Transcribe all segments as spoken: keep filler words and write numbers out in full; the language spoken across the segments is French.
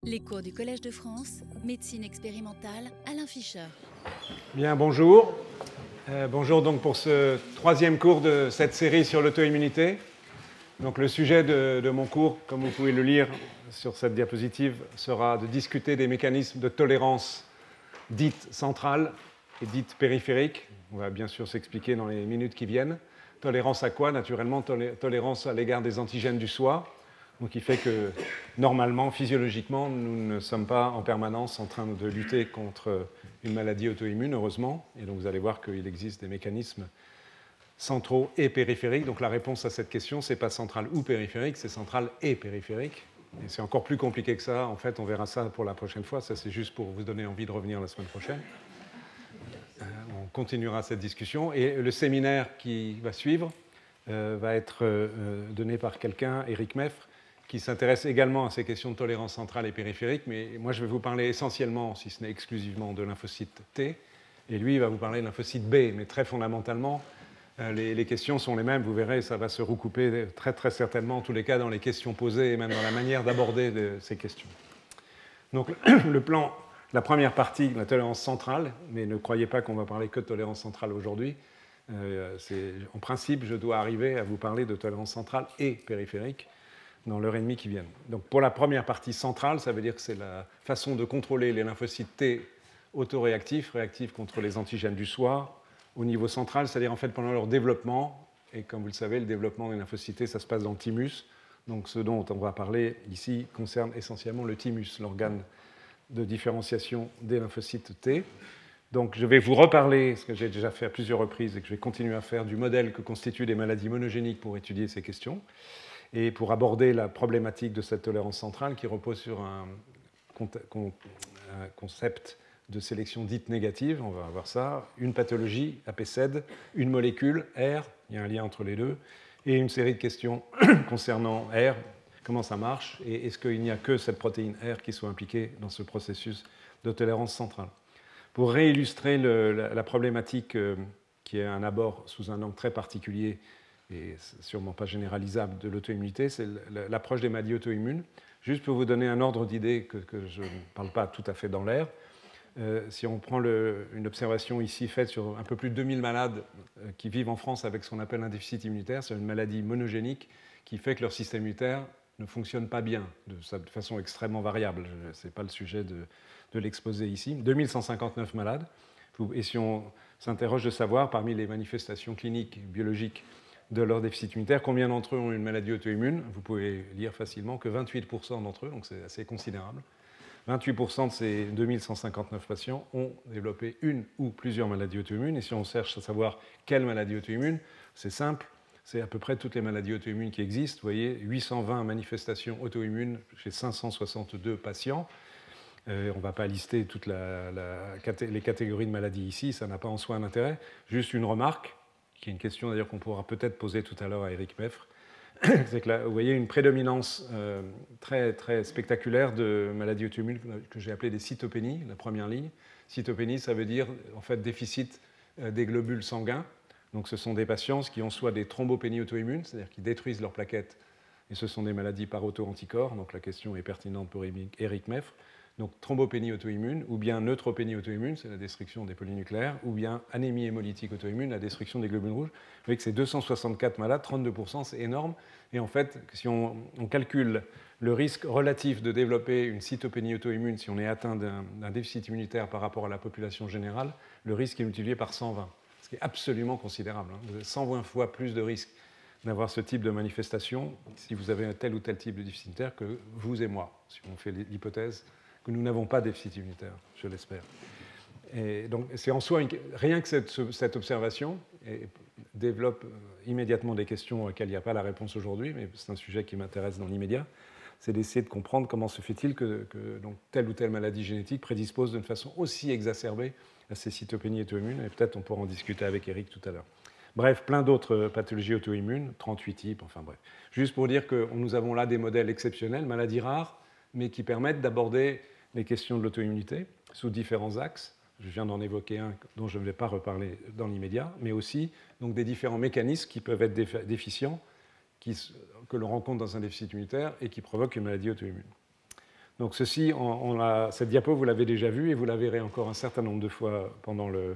Les cours du Collège de France, médecine expérimentale, Alain Fischer. Bien, bonjour. Euh, bonjour donc pour ce troisième cours de cette série sur l'auto-immunité. Donc le sujet de, de mon cours, comme vous pouvez le lire sur cette diapositive, sera de discuter des mécanismes de tolérance dites centrales et dites périphériques. On va bien sûr s'expliquer dans les minutes qui viennent. Tolérance à quoi? Naturellement, tolé- tolérance à l'égard des antigènes du soi. Donc, il fait que, normalement, physiologiquement, nous ne sommes pas en permanence en train de lutter contre une maladie auto-immune, heureusement. Et donc, vous allez voir qu'il existe des mécanismes centraux et périphériques. Donc, la réponse à cette question, ce n'est pas central ou périphérique, c'est central et périphérique. Et c'est encore plus compliqué que ça. En fait, on verra ça pour la prochaine fois. Ça, c'est juste pour vous donner envie de revenir la semaine prochaine. Euh, on continuera cette discussion. Et le séminaire qui va suivre euh, va être euh, donné par quelqu'un, Eric Meffre, qui s'intéresse également à ces questions de tolérance centrale et périphérique, mais moi je vais vous parler essentiellement, si ce n'est exclusivement, de lymphocyte T, et lui il va vous parler de lymphocyte B, mais très fondamentalement, euh, les, les questions sont les mêmes, vous verrez, ça va se recouper très très certainement, en tous les cas dans les questions posées et même dans la manière d'aborder de ces questions. Donc le plan, la première partie, la tolérance centrale, mais ne croyez pas qu'on va parler que de tolérance centrale aujourd'hui, euh, en principe je dois arriver à vous parler de tolérance centrale et périphérique, dans l'heure et demie qui viennent. Donc pour la première partie centrale, ça veut dire que c'est la façon de contrôler les lymphocytes T autoréactifs, réactifs contre les antigènes du soi, au niveau central, c'est-à-dire en fait pendant leur développement, et comme vous le savez, le développement des lymphocytes T, ça se passe dans le thymus, donc ce dont on va parler ici concerne essentiellement le thymus, l'organe de différenciation des lymphocytes T. Donc je vais vous reparler, ce que j'ai déjà fait à plusieurs reprises et que je vais continuer à faire, du modèle que constituent les maladies monogéniques pour étudier ces questions, et pour aborder la problématique de cette tolérance centrale qui repose sur un concept de sélection dite négative, on va voir ça, une pathologie, A P C E D, une molécule, R, il y a un lien entre les deux, et une série de questions concernant R, comment ça marche, et est-ce qu'il n'y a que cette protéine R qui soit impliquée dans ce processus de tolérance centrale. Pour réillustrer le, la, la problématique euh, qui est un abord sous un angle très particulier, et sûrement pas généralisable, de l'auto-immunité, c'est l'approche des maladies auto-immunes. Juste pour vous donner un ordre d'idée que, que je ne parle pas tout à fait dans l'air, euh, si on prend le, une observation ici faite sur un peu plus de deux mille malades euh, qui vivent en France avec ce qu'on appelle un déficit immunitaire, c'est une maladie monogénique qui fait que leur système immunitaire ne fonctionne pas bien, de, de façon extrêmement variable. Ce n'est pas le sujet de, de l'exposer ici. deux mille cent cinquante-neuf malades. Et si on s'interroge de savoir, parmi les manifestations cliniques, biologiques, de leur déficit immunitaire, combien d'entre eux ont une maladie auto-immune? Vous pouvez lire facilement que vingt-huit pour cent d'entre eux, donc c'est assez considérable. vingt-huit pour cent de ces deux mille cent cinquante-neuf patients ont développé une ou plusieurs maladies auto-immunes. Et si on cherche à savoir quelle maladie auto-immune, c'est simple, c'est à peu près toutes les maladies auto-immunes qui existent. Vous voyez, huit cent vingt manifestations auto-immunes chez cinq cent soixante-deux patients. Euh, on ne va pas lister toutes la, la, les catégories de maladies ici, ça n'a pas en soi un intérêt. Juste une remarque, qui est une question d'ailleurs qu'on pourra peut-être poser tout à l'heure à Eric Meffre, c'est que là, vous voyez une prédominance euh, très, très spectaculaire de maladies auto-immunes que j'ai appelées des cytopénies, la première ligne. Cytopénie, ça veut dire en fait déficit euh, des globules sanguins. Donc ce sont des patients qui ont soit des thrombopénies auto-immunes, c'est-à-dire qui détruisent leurs plaquettes, et ce sont des maladies par auto-anticorps, donc la question est pertinente pour Eric Meffre. Donc thrombopénie auto-immune, ou bien neutropénie auto-immune, c'est la destruction des polynucléaires, ou bien anémie hémolytique auto-immune, la destruction des globules rouges. Vous voyez que c'est deux cent soixante-quatre malades, trente-deux pour cent, c'est énorme. Et en fait, si on, on calcule le risque relatif de développer une cytopénie auto-immune, si on est atteint d'un déficit immunitaire par rapport à la population générale, le risque est multiplié par cent vingt, ce qui est absolument considérable. Hein. Vous avez cent vingt fois plus de risque d'avoir ce type de manifestation si vous avez un tel ou tel type de déficit immunitaire que vous et moi, si on fait l'hypothèse que nous n'avons pas de déficit immunitaire, je l'espère. Et donc, c'est en soi, une, rien que cette, cette observation et développe immédiatement des questions auxquelles il n'y a pas la réponse aujourd'hui, mais c'est un sujet qui m'intéresse dans l'immédiat, c'est d'essayer de comprendre comment se fait-il que, que donc, telle ou telle maladie génétique prédispose d'une façon aussi exacerbée à ces cytopénies auto-immunes, et peut-être on pourra en discuter avec Eric tout à l'heure. Bref, plein d'autres pathologies auto-immunes, trente-huit types, enfin bref. Juste pour dire que nous avons là des modèles exceptionnels, maladies rares, mais qui permettent d'aborder les questions de l'auto-immunité sous différents axes. Je viens d'en évoquer un dont je ne vais pas reparler dans l'immédiat, mais aussi donc, des différents mécanismes qui peuvent être déficients, qui, que l'on rencontre dans un déficit immunitaire et qui provoquent une maladie auto-immune. Donc ceci, on, on a, cette diapo, vous l'avez déjà vue et vous la verrez encore un certain nombre de fois pendant le,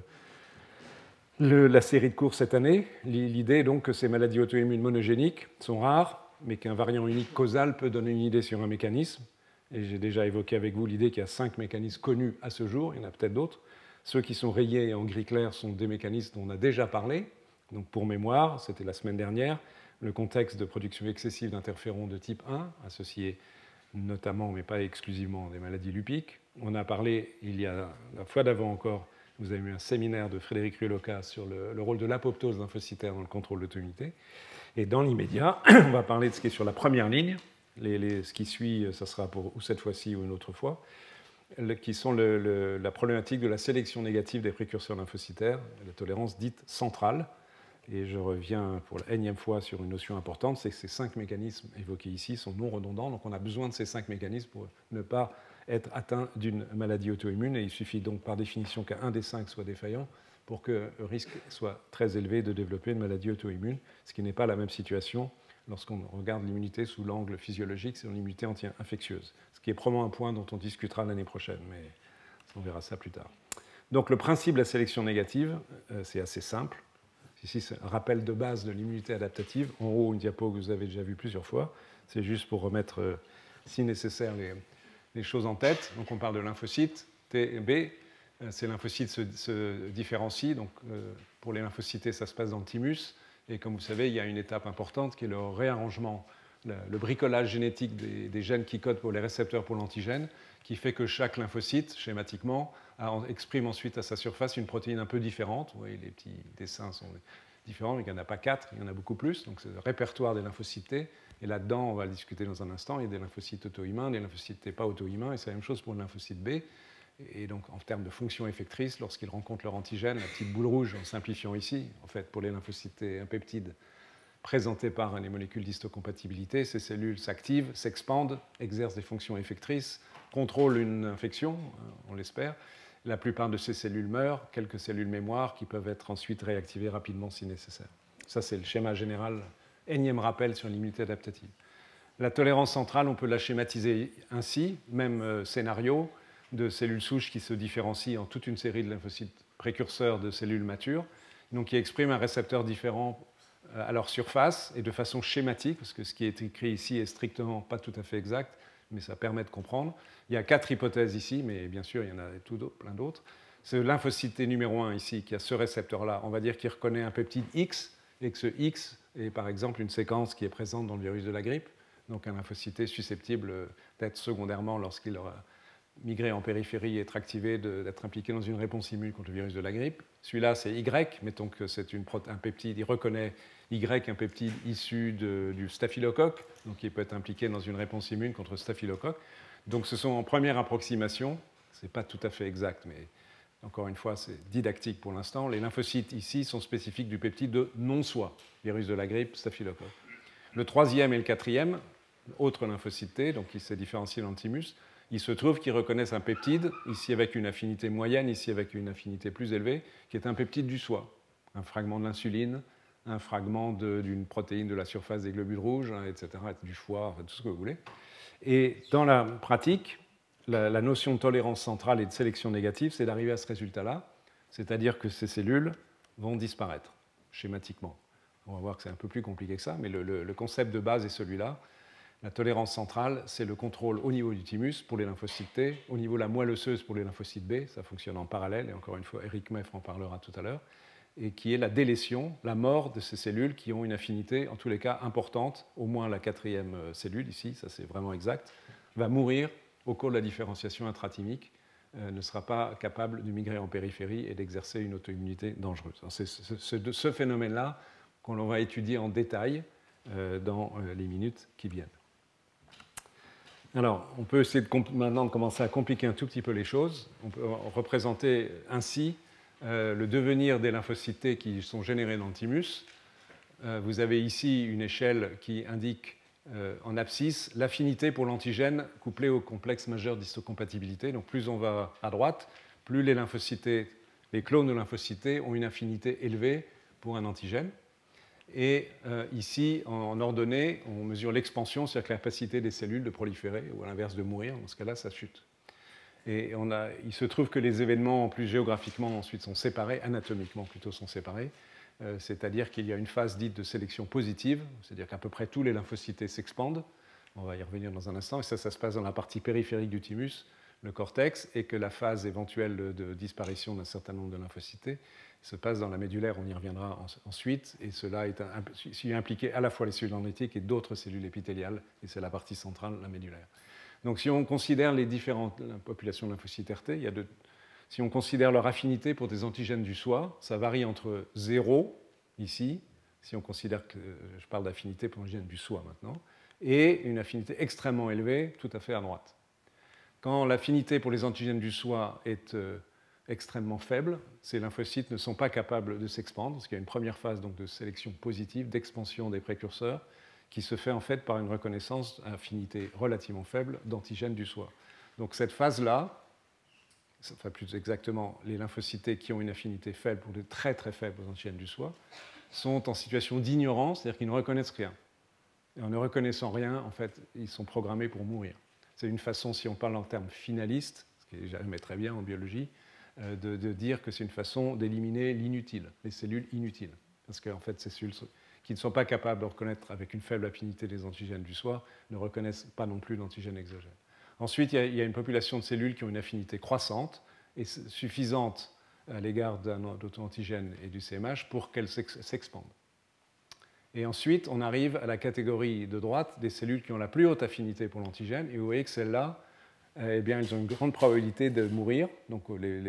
le, la série de cours cette année. L'idée est donc que ces maladies auto-immunes monogéniques sont rares, mais qu'un variant unique causal peut donner une idée sur un mécanisme. Et j'ai déjà évoqué avec vous l'idée qu'il y a cinq mécanismes connus à ce jour, il y en a peut-être d'autres. Ceux qui sont rayés en gris clair sont des mécanismes dont on a déjà parlé. Donc pour mémoire, c'était la semaine dernière, le contexte de production excessive d'interférons de type un, associés notamment, mais pas exclusivement, des maladies lupiques. On a parlé, il y a la fois d'avant encore, vous avez eu un séminaire de Frédéric Ruelocas sur le, le rôle de l'apoptose lymphocytaire dans le contrôle de l'auto-immunité. Et dans l'immédiat, on va parler de ce qui est sur la première ligne. Les, les, ce qui suit, ça sera pour ou cette fois-ci ou une autre fois, le, qui sont le, le, la problématique de la sélection négative des précurseurs lymphocytaires, la tolérance dite centrale. Et je reviens pour la énième fois sur une notion importante, c'est que ces cinq mécanismes évoqués ici sont non redondants, donc on a besoin de ces cinq mécanismes pour ne pas être atteint d'une maladie auto-immune, et il suffit donc par définition qu'un des cinq soit défaillant pour que le risque soit très élevé de développer une maladie auto-immune, ce qui n'est pas la même situation lorsqu'on regarde l'immunité sous l'angle physiologique, c'est l'immunité anti-infectieuse, ce qui est probablement un point dont on discutera l'année prochaine, mais on verra ça plus tard. Donc le principe de la sélection négative, c'est assez simple. Ici, c'est un rappel de base de l'immunité adaptative. En haut, une diapo que vous avez déjà vue plusieurs fois. C'est juste pour remettre, euh, si nécessaire, les, les choses en tête. Donc, on parle de lymphocytes, T et B. Euh, ces lymphocytes se, se différencient. Donc, euh, pour les lymphocytes, ça se passe dans le thymus. Et comme vous savez, il y a une étape importante qui est le réarrangement, le, le bricolage génétique des, des gènes qui codent pour les récepteurs pour l'antigène, qui fait que chaque lymphocyte, schématiquement, exprime ensuite à sa surface une protéine un peu différente. Vous voyez, les petits dessins sont différents, mais il n'y en a pas quatre, il y en a beaucoup plus. Donc c'est le répertoire des lymphocytes T. Et là-dedans, on va le discuter dans un instant, il y a des lymphocytes auto-immuns, des lymphocytes T pas auto-immuns, et c'est la même chose pour le lymphocyte B. Et donc, en termes de fonction effectrice, lorsqu'ils rencontrent leur antigène, la petite boule rouge, en simplifiant ici, en fait, pour les lymphocytes T, un peptide présenté par les molécules d'histocompatibilité, ces cellules s'activent, s'expandent, exercent des fonctions effectrices, contrôlent une infection, on l'espère. La plupart de ces cellules meurent, quelques cellules mémoire qui peuvent être ensuite réactivées rapidement si nécessaire. Ça, c'est le schéma général, énième rappel sur l'immunité adaptative. La tolérance centrale, on peut la schématiser ainsi, même euh, scénario, de cellules souches qui se différencient en toute une série de lymphocytes précurseurs de cellules matures, donc qui expriment un récepteur différent à leur surface et de façon schématique, parce que ce qui est écrit ici est strictement pas tout à fait exact, mais ça permet de comprendre. Il y a quatre hypothèses ici, mais bien sûr, il y en a tout d'autres, plein d'autres. C'est le lymphocyte numéro un ici, qui a ce récepteur-là, on va dire qu'il reconnaît un peptide X, et que ce X est par exemple une séquence qui est présente dans le virus de la grippe, donc un lymphocyte susceptible d'être secondairement, lorsqu'il aura migré en périphérie et être activé, d'être impliqué dans une réponse immune contre le virus de la grippe. Celui-là, c'est Y, mettons que c'est une, un peptide, il reconnaît Y, un peptide issu de, du staphylocoque, donc il peut être impliqué dans une réponse immune contre le staphylocoque. Donc ce sont en première approximation, ce n'est pas tout à fait exact, mais encore une fois, c'est didactique pour l'instant. Les lymphocytes ici sont spécifiques du peptide de non-soi, virus de la grippe, staphylocoque. Le troisième et le quatrième, autre lymphocyte T, donc qui s'est différencié dans le thymus, il se trouve qu'ils reconnaissent un peptide, ici avec une affinité moyenne, ici avec une affinité plus élevée, qui est un peptide du soi, un fragment de l'insuline, un fragment d'une protéine de la surface des globules rouges, hein, et cetera, du foie, enfin, tout ce que vous voulez. Et dans la pratique, la, la notion de tolérance centrale et de sélection négative, c'est d'arriver à ce résultat-là, c'est-à-dire que ces cellules vont disparaître, schématiquement. On va voir que c'est un peu plus compliqué que ça, mais le, le, le concept de base est celui-là. La tolérance centrale, c'est le contrôle au niveau du thymus pour les lymphocytes T, au niveau de la moelle osseuse pour les lymphocytes B, ça fonctionne en parallèle, et encore une fois, Eric Meff en parlera tout à l'heure, et qui est la délétion, la mort de ces cellules qui ont une affinité, en tous les cas, importante, au moins la quatrième cellule, ici, ça c'est vraiment exact, va mourir au cours de la différenciation intrathymique, euh, ne sera pas capable de migrer en périphérie et d'exercer une auto-immunité dangereuse. C'est ce, ce, ce phénomène-là qu'on va étudier en détail euh, dans euh, les minutes qui viennent. Alors, on peut essayer de maintenant de commencer à compliquer un tout petit peu les choses. On peut représenter ainsi euh, le devenir des lymphocytes T qui sont générés dans le thymus. Euh, vous avez ici une échelle qui indique euh, en abscisse l'affinité pour l'antigène couplée au complexe majeur d'histocompatibilité. Donc, plus on va à droite, plus les lymphocytes, les clones de lymphocytes T ont une affinité élevée pour un antigène. Et euh, ici, en, en ordonnée, on mesure l'expansion, c'est-à-dire la capacité des cellules de proliférer, ou à l'inverse de mourir. Dans ce cas-là, ça chute. Et on a, il se trouve que les événements, en plus géographiquement, ensuite sont séparés, anatomiquement plutôt sont séparés. Euh, c'est-à-dire qu'il y a une phase dite de sélection positive, c'est-à-dire qu'à peu près tous les lymphocytes s'expandent. On va y revenir dans un instant. Et ça, ça se passe dans la partie périphérique du thymus, le cortex, et que la phase éventuelle de, de disparition d'un certain nombre de lymphocytes se passe dans la médulaire, on y reviendra ensuite, et cela est un, un, impliqué à la fois les cellules dendritiques et d'autres cellules épithéliales, et c'est la partie centrale, la médulaire. Donc si on considère les différentes populations de lymphocytes R T, il y a de, si on considère leur affinité pour des antigènes du soi, ça varie entre zéro, ici, si on considère que je parle d'affinité pour l'antigène du soi maintenant, et une affinité extrêmement élevée, tout à fait à droite. Quand l'affinité pour les antigènes du soi est euh, extrêmement faible, ces lymphocytes ne sont pas capables de s'expandre, parce qu'il y a une première phase donc, de sélection positive, d'expansion des précurseurs, qui se fait en fait par une reconnaissance à affinité relativement faible d'antigènes du soi. Donc cette phase-là, enfin plus exactement, les lymphocytes qui ont une affinité faible pour de très très faibles antigènes du soi, sont en situation d'ignorance, c'est-à-dire qu'ils ne reconnaissent rien. Et en ne reconnaissant rien, en fait, ils sont programmés pour mourir. C'est une façon, si on parle en termes finalistes, ce qui est jamais très bien en biologie, euh, de, de dire que c'est une façon d'éliminer l'inutile, les cellules inutiles. Parce qu'en fait, ces cellules qui ne sont pas capables de reconnaître avec une faible affinité les antigènes du soi ne reconnaissent pas non plus l'antigène exogène. Ensuite, il y, a, il y a une population de cellules qui ont une affinité croissante et suffisante à l'égard d'un auto-antigène et du C M H pour qu'elles s'expandent. Et ensuite, on arrive à la catégorie de droite des cellules qui ont la plus haute affinité pour l'antigène. Et vous voyez que celles-là, eh bien, elles ont une grande probabilité de mourir. Donc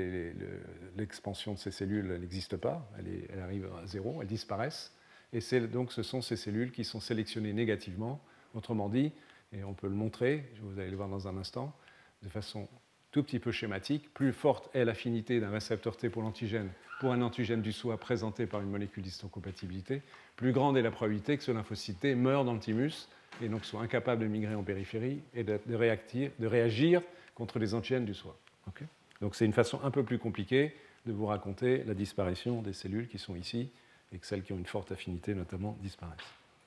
l'expansion de ces cellules n'existe pas. Elle, est, elle arrive à zéro, elles disparaissent. Et donc ce sont ces cellules qui sont sélectionnées négativement. Autrement dit, et on peut le montrer, vous allez le voir dans un instant, de façon tout petit peu schématique, plus forte est l'affinité d'un récepteur T pour l'antigène pour un antigène du soi présenté par une molécule d'histocompatibilité, plus grande est la probabilité que ce lymphocyte T meure dans le thymus et donc soit incapable de migrer en périphérie et de, de, réactir, de réagir contre les antigènes du soi. Okay, donc c'est une façon un peu plus compliquée de vous raconter la disparition des cellules qui sont ici et que celles qui ont une forte affinité notamment disparaissent.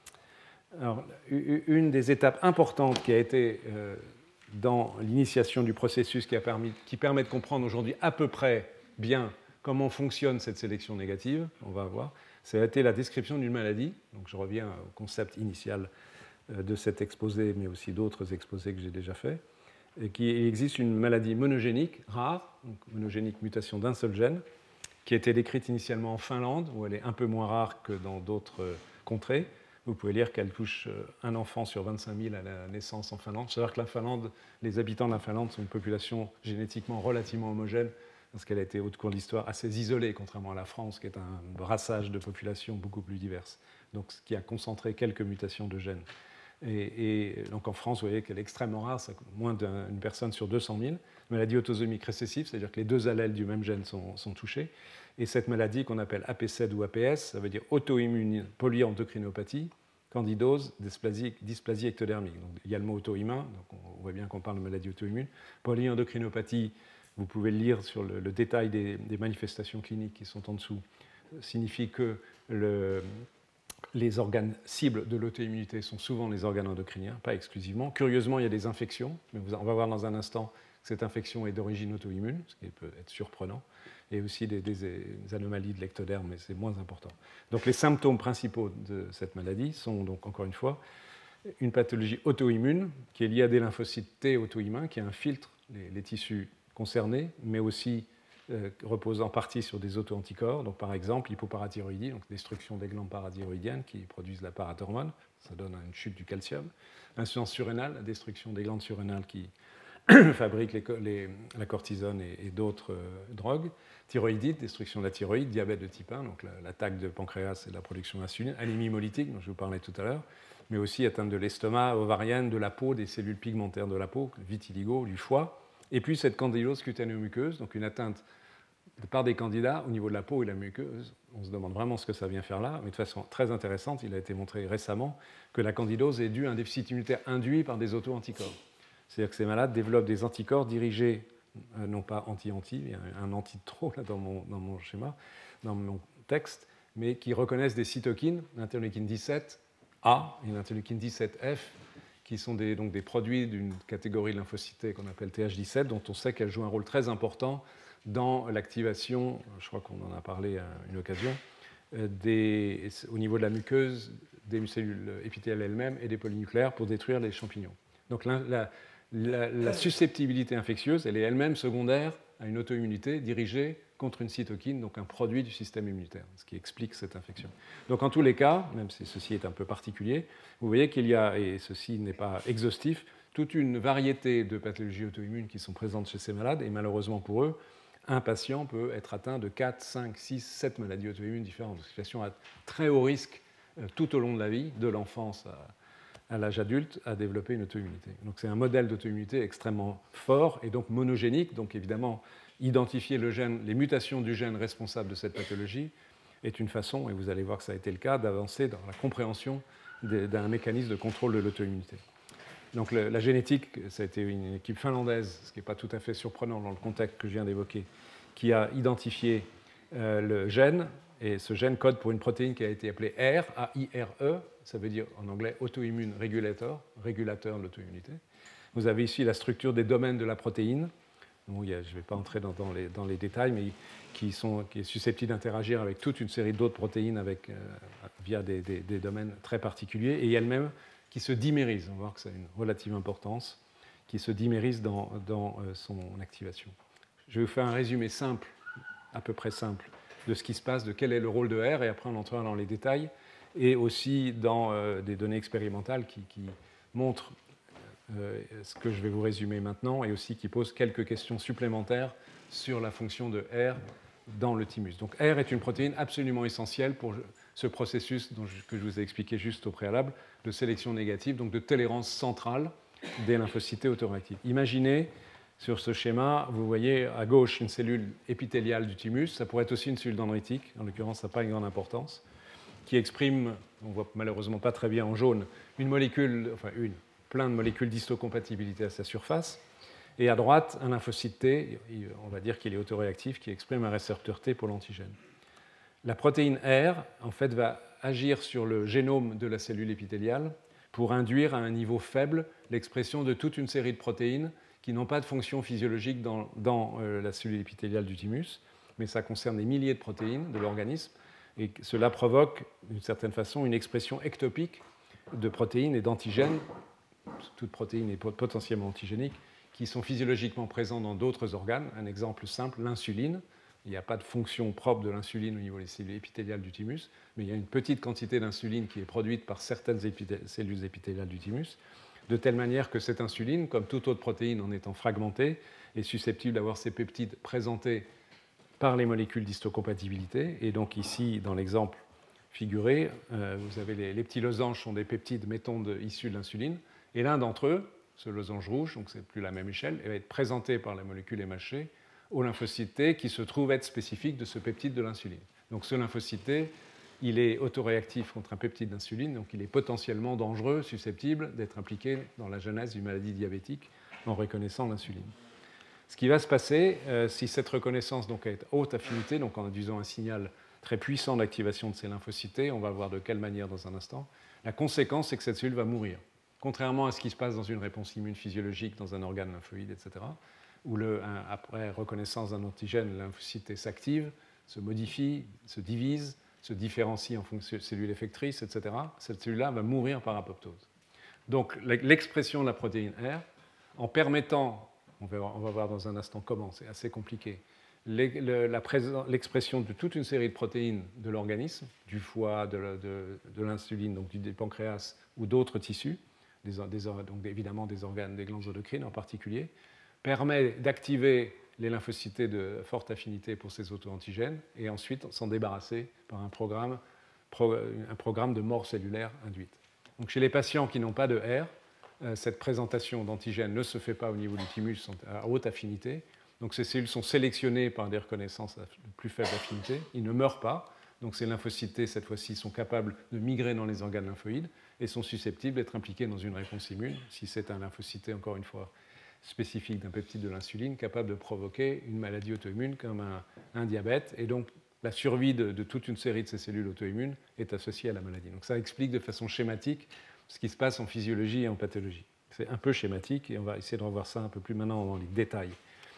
Alors, une des étapes importantes qui a été euh, dans l'initiation du processus qui, a permis, qui permet de comprendre aujourd'hui à peu près bien comment fonctionne cette sélection négative, on va voir, ça a été la description d'une maladie. Donc je reviens au concept initial de cet exposé, mais aussi d'autres exposés que j'ai déjà faits, et qu'il existe une maladie monogénique rare, donc monogénique mutation d'un seul gène, qui a été décrite initialement en Finlande, où elle est un peu moins rare que dans d'autres contrées. Vous pouvez lire qu'elle touche un enfant sur vingt-cinq mille à la naissance en Finlande. C'est-à-dire que la Finlande, les habitants de la Finlande sont une population génétiquement relativement homogène, parce qu'elle a été, au cours de l'histoire, assez isolée, contrairement à la France, qui est un brassage de populations beaucoup plus diverses, donc ce qui a concentré quelques mutations de gènes. Et, et donc en France, vous voyez qu'elle est extrêmement rare, c'est moins d'une personne sur deux cent mille. Maladie autosomique récessive, c'est-à-dire que les deux allèles du même gène sont, sont touchés. Et cette maladie qu'on appelle A P C E D ou A P S, ça veut dire auto-immune polyendocrinopathie, candidose, dysplasie, dysplasie ectodermique. Donc, il y a le mot auto-immun, donc on voit bien qu'on parle de maladie auto-immune. Polyendocrinopathie, vous pouvez le lire sur le, le détail des, des manifestations cliniques qui sont en dessous, signifie que le, les organes cibles de l'auto-immunité sont souvent les organes endocriniens, pas exclusivement. Curieusement, il y a des infections, mais on va voir dans un instant que cette infection est d'origine auto-immune, ce qui peut être surprenant, et aussi des, des, des anomalies de l'ectoderme, mais c'est moins important. Donc les symptômes principaux de cette maladie sont donc, encore une fois, une pathologie auto-immune qui est liée à des lymphocytes T auto-immuns qui infiltrent les, les tissus concernés, mais aussi euh, reposent en partie sur des auto-anticorps. Donc, par exemple, l'hypoparathyroïdie, donc destruction des glandes parathyroïdiennes qui produisent la parathormone, ça donne une chute du calcium. Insuffisance surrénale, la destruction des glandes surrénales qui fabriquent les, les, la cortisone et, et d'autres euh, drogues. Thyroïdite, destruction de la thyroïde, diabète de type un, donc l'attaque la, de pancréas et la production d'insuline, anémie hémolytique, dont je vous parlais tout à l'heure, mais aussi atteinte de l'estomac, ovarienne, de la peau, des cellules pigmentaires de la peau, vitiligo, du foie. Et puis cette candidose cutanéo-muqueuse, donc une atteinte de part des candidats au niveau de la peau et de la muqueuse. On se demande vraiment ce que ça vient faire là, mais de façon très intéressante, il a été montré récemment que la candidose est due à un déficit immunitaire induit par des auto-anticorps. C'est-à-dire que ces malades développent des anticorps dirigés, euh, non pas anti-anti, il y a un anti de trop là dans mon, dans mon schéma, dans mon texte, mais qui reconnaissent des cytokines, l'interleukine dix-sept A et l'interleukine dix-sept F, qui sont des, donc des produits d'une catégorie de lymphocytes qu'on appelle T H dix-sept, dont on sait qu'elles jouent un rôle très important dans l'activation, je crois qu'on en a parlé à une occasion, des, au niveau de la muqueuse, des cellules épithéliales elles-mêmes et des polynucléaires pour détruire les champignons. Donc la, la, la, la susceptibilité infectieuse, elle est elle-même secondaire à une auto-immunité dirigée contre une cytokine, donc un produit du système immunitaire, ce qui explique cette infection. Donc en tous les cas, même si ceci est un peu particulier, vous voyez qu'il y a, et ceci n'est pas exhaustif, toute une variété de pathologies auto-immunes qui sont présentes chez ces malades, et malheureusement pour eux, un patient peut être atteint de quatre, cinq, six, sept maladies auto-immunes différentes, une situation à très haut risque tout au long de la vie, de l'enfance à, à l'âge adulte, à développer une auto-immunité. Donc c'est un modèle d'auto-immunité extrêmement fort et donc monogénique, donc évidemment identifier le gène, les mutations du gène responsable de cette pathologie est une façon, et vous allez voir que ça a été le cas, d'avancer dans la compréhension d'un mécanisme de contrôle de l'auto-immunité. Donc le, la génétique, ça a été une équipe finlandaise, ce qui n'est pas tout à fait surprenant dans le contexte que je viens d'évoquer, qui a identifié euh, le gène, et ce gène code pour une protéine qui a été appelée R, A I R E, ça veut dire en anglais Autoimmune Regulator, régulateur de l'auto-immunité. Vous avez ici la structure des domaines de la protéine. Bon, il y a, je ne vais pas entrer dans, dans, les, dans les détails, mais qui, sont, qui est susceptible d'interagir avec toute une série d'autres protéines avec, euh, via des, des, des domaines très particuliers, et elle-même qui se dimérise. On va voir que ça a une relative importance, qui se dimérise dans, dans euh, son activation. Je vais vous faire un résumé simple, à peu près simple, de ce qui se passe, de quel est le rôle de R, et après on entrera dans les détails, et aussi dans euh, des données expérimentales qui, qui montrent euh, ce que je vais vous résumer maintenant, et aussi qui posent quelques questions supplémentaires sur la fonction de R dans le thymus. Donc R est une protéine absolument essentielle pour ce processus dont je, que je vous ai expliqué juste au préalable, de sélection négative, donc de tolérance centrale des lymphocytes autoréactifs. Imaginez, sur ce schéma, vous voyez à gauche une cellule épithéliale du thymus, ça pourrait être aussi une cellule dendritique, en l'occurrence ça n'a pas une grande importance, qui exprime, on ne voit malheureusement pas très bien en jaune, une molécule, enfin une, plein de molécules d'histocompatibilité à sa surface, et à droite un lymphocyte T, on va dire qu'il est autoréactif, qui exprime un récepteur T pour l'antigène. La protéine R, en fait, va agir sur le génome de la cellule épithéliale pour induire à un niveau faible l'expression de toute une série de protéines qui n'ont pas de fonction physiologique dans, dans euh, la cellule épithéliale du thymus, mais ça concerne des milliers de protéines de l'organisme, et cela provoque, d'une certaine façon, une expression ectopique de protéines et d'antigènes, toute protéine est potentiellement antigénique, qui sont physiologiquement présents dans d'autres organes. Un exemple simple, l'insuline. Il n'y a pas de fonction propre de l'insuline au niveau des cellules épithéliales du thymus, mais il y a une petite quantité d'insuline qui est produite par certaines épithé- cellules épithéliales du thymus, de telle manière que cette insuline, comme toute autre protéine en étant fragmentée, est susceptible d'avoir ces peptides présentés par les molécules d'histocompatibilité. Et donc ici, dans l'exemple figuré, euh, vous avez les, les petits losanges sont des peptides, mettons, de, issus de l'insuline, et l'un d'entre eux, ce losange rouge, donc c'est plus la même échelle, va être présenté par la molécule M H C au lymphocyte T qui se trouve être spécifique de ce peptide de l'insuline. Donc ce lymphocyte T, il est autoréactif contre un peptide d'insuline, donc il est potentiellement dangereux, susceptible d'être impliqué dans la genèse d'une maladie diabétique en reconnaissant l'insuline. Ce qui va se passer, euh, si cette reconnaissance donc, est à haute affinité, donc en induisant un signal très puissant d'activation de ces lymphocytes T, on va voir de quelle manière dans un instant, la conséquence c'est que cette cellule va mourir. Contrairement à ce qui se passe dans une réponse immune physiologique dans un organe lymphoïde, et cetera, où le, un, après reconnaissance d'un antigène, le lymphocyte T s'active, se modifie, se divise, se différencie en fonction de cellules effectrices, et cetera, cette cellule-là va mourir par apoptose. Donc l'expression de la protéine R, en permettant, on va, on va voir dans un instant comment, c'est assez compliqué, l'expression de toute une série de protéines de l'organisme, du foie, de, de, de l'insuline, donc du pancréas ou d'autres tissus, des, des, donc évidemment des organes, des glandes endocrines en particulier, permet d'activer les lymphocytes de forte affinité pour ces auto-antigènes et ensuite s'en débarrasser par un programme, un programme de mort cellulaire induite. Donc chez les patients qui n'ont pas de R, cette présentation d'antigènes ne se fait pas au niveau du thymus à haute affinité. Donc ces cellules sont sélectionnées par des reconnaissances de plus faible affinité. Ils ne meurent pas. Donc ces lymphocytes, cette fois-ci, sont capables de migrer dans les organes lymphoïdes et sont susceptibles d'être impliqués dans une réponse immune, si c'est un lymphocyte, encore une fois, spécifique d'un peptide de l'insuline, capable de provoquer une maladie auto-immune comme un, un diabète, et donc la survie de, de toute une série de ces cellules auto-immunes est associée à la maladie. Donc ça explique de façon schématique ce qui se passe en physiologie et en pathologie. C'est un peu schématique et on va essayer de revoir ça un peu plus maintenant dans les détails.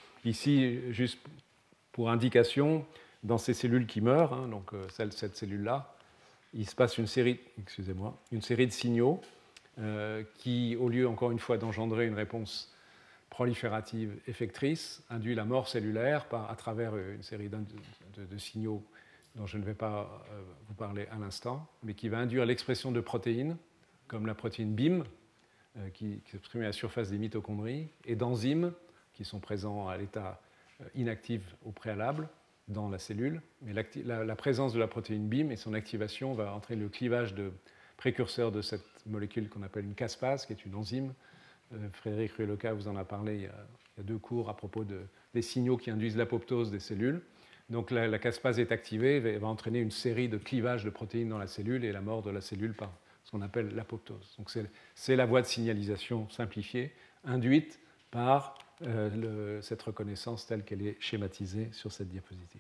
Ici, juste pour indication, dans ces cellules qui meurent, hein, donc euh, celle, cette cellule-là, il se passe une série, excusez-moi, une série de signaux euh, qui, au lieu encore une fois d'engendrer une réponse proliférative effectrice, induit la mort cellulaire par, à travers une série de, de, de signaux dont je ne vais pas euh, vous parler à l'instant, mais qui va induire l'expression de protéines, comme la protéine B I M, euh, qui, qui s'exprime à la surface des mitochondries, et d'enzymes qui sont présents à l'état euh, inactif au préalable dans la cellule. Mais la, la présence de la protéine B I M et son activation va entraîner le clivage de précurseurs de cette molécule qu'on appelle une caspase, qui est une enzyme. Frédéric Rueloka vous en a parlé il y a, il y a deux cours à propos de, des signaux qui induisent l'apoptose des cellules. Donc la, la caspase est activée et va entraîner une série de clivages de protéines dans la cellule et la mort de la cellule par ce qu'on appelle l'apoptose. Donc c'est, c'est la voie de signalisation simplifiée induite par euh, le, cette reconnaissance telle qu'elle est schématisée sur cette diapositive.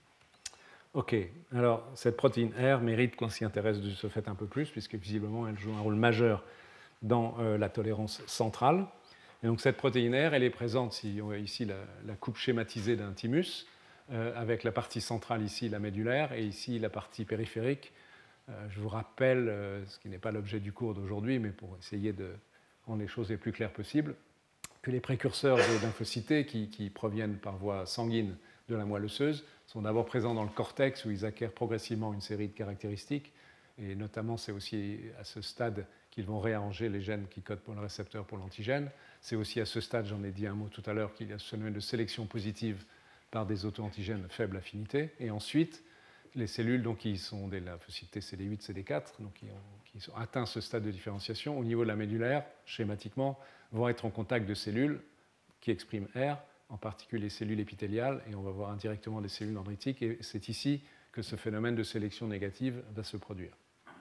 Ok, alors cette protéine R mérite qu'on s'y intéresse de ce fait un peu plus, puisque visiblement elle joue un rôle majeur dans euh, la tolérance centrale. Et donc cette protéine R, elle est présente, si on voit ici la, la coupe schématisée d'un thymus, euh, avec la partie centrale ici, la médulaire, et ici la partie périphérique. Euh, je vous rappelle, euh, ce qui n'est pas l'objet du cours d'aujourd'hui, mais pour essayer de rendre les choses les plus claires possibles, que les précurseurs de lymphocytes qui, qui proviennent par voie sanguine de la moelle osseuse sont d'abord présents dans le cortex, où ils acquièrent progressivement une série de caractéristiques, et notamment c'est aussi à ce stade qu'ils vont réarranger les gènes qui codent pour le récepteur pour l'antigène. C'est aussi à ce stade, j'en ai dit un mot tout à l'heure, qu'il y a ce phénomène de sélection positive par des auto-antigènes faible affinité. Et ensuite, les cellules donc, qui sont des lymphocytes C D huit, C D quatre, donc qui ont, qui ont atteint ce stade de différenciation, au niveau de la médulaire, schématiquement, vont être en contact de cellules qui expriment R, en particulier les cellules épithéliales, et on va voir indirectement des cellules dendritiques. Et c'est ici que ce phénomène de sélection négative va se produire.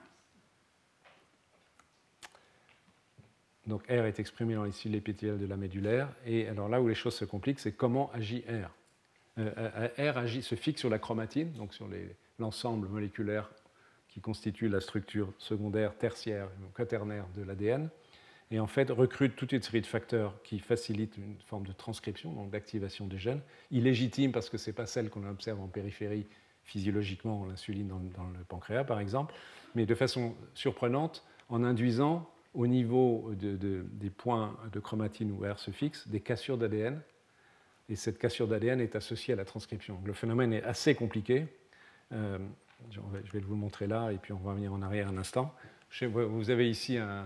Donc R est exprimé dans les cellules épithéliales de la médulaire. Et alors là où les choses se compliquent, c'est comment agit R. Euh, R agit, se fixe sur la chromatine, donc sur les, l'ensemble moléculaire qui constitue la structure secondaire, tertiaire, quaternaire de l'A D N, et en fait recrute toute une série de facteurs qui facilitent une forme de transcription, donc d'activation des gènes, illégitime parce que ce n'est pas celle qu'on observe en périphérie physiologiquement, l'insuline dans, dans le pancréas par exemple, mais de façon surprenante en induisant au niveau de, de, des points de chromatine où R se fixe, des cassures d'A D N, et cette cassure d'A D N est associée à la transcription. Le phénomène est assez compliqué. Euh, je vais vous le montrer là, et puis on va revenir en arrière un instant. Vous avez ici un,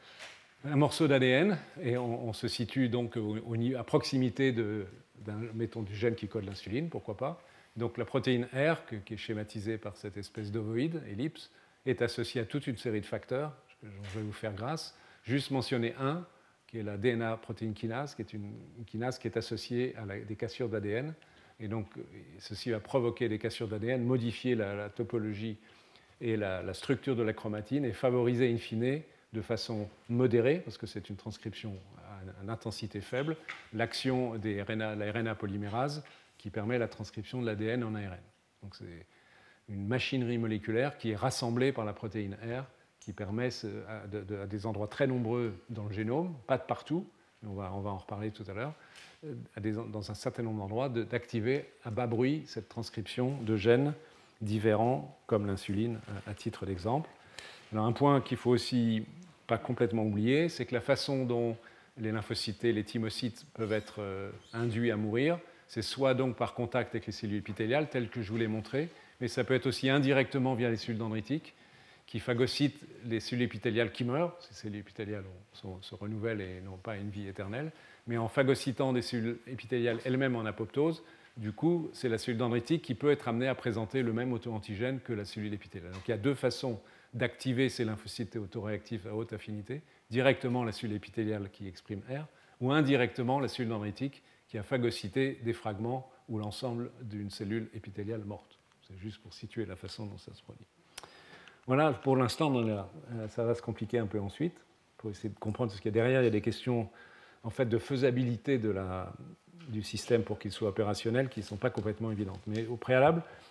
un morceau d'A D N, et on, on se situe donc au, au, à proximité de, d'un, mettons, du gène qui code l'insuline, pourquoi pas. Donc la protéine R, que, qui est schématisée par cette espèce d'ovoïde, ellipse, est associée à toute une série de facteurs. Je vais vous faire grâce. Juste mentionner un, qui est la D N A protéine kinase, qui est une, une kinase qui est associée à la, des cassures d'A D N. Et donc, ceci va provoquer des cassures d'A D N, modifier la, la topologie et la, la structure de la chromatine et favoriser in fine, de façon modérée, parce que c'est une transcription à une intensité faible, l'action de la R N A polymérase qui permet la transcription de l'A D N en A R N. Donc, c'est une machinerie moléculaire qui est rassemblée par la protéine R, qui permet à, de, de, à des endroits très nombreux dans le génome, pas de partout, on va, on va en reparler tout à l'heure, à des, dans un certain nombre d'endroits, de, d'activer à bas bruit cette transcription de gènes différents, comme l'insuline, à, à titre d'exemple. Alors un point qu'il ne faut aussi pas complètement oublier, c'est que la façon dont les lymphocytes, les thymocytes peuvent être euh, induits à mourir, c'est soit donc par contact avec les cellules épithéliales, telles que je vous l'ai montré, mais ça peut être aussi indirectement via les cellules dendritiques, qui phagocytent les cellules épithéliales qui meurent. Ces cellules épithéliales sont, se renouvellent et n'ont pas une vie éternelle. Mais en phagocytant des cellules épithéliales elles-mêmes en apoptose, du coup, c'est la cellule dendritique qui peut être amenée à présenter le même auto-antigène que la cellule épithéliale. Donc il y a deux façons d'activer ces lymphocytes autoréactifs à haute affinité. Directement la cellule épithéliale qui exprime R, ou indirectement la cellule dendritique qui a phagocyté des fragments ou l'ensemble d'une cellule épithéliale morte. C'est juste pour situer la façon dont ça se produit. Voilà, pour l'instant, ça va se compliquer un peu ensuite, pour essayer de comprendre ce qu'il y a derrière. Il y a des questions en fait, de faisabilité de la, du système pour qu'il soit opérationnel qui ne sont pas complètement évidentes. Mais au préalable,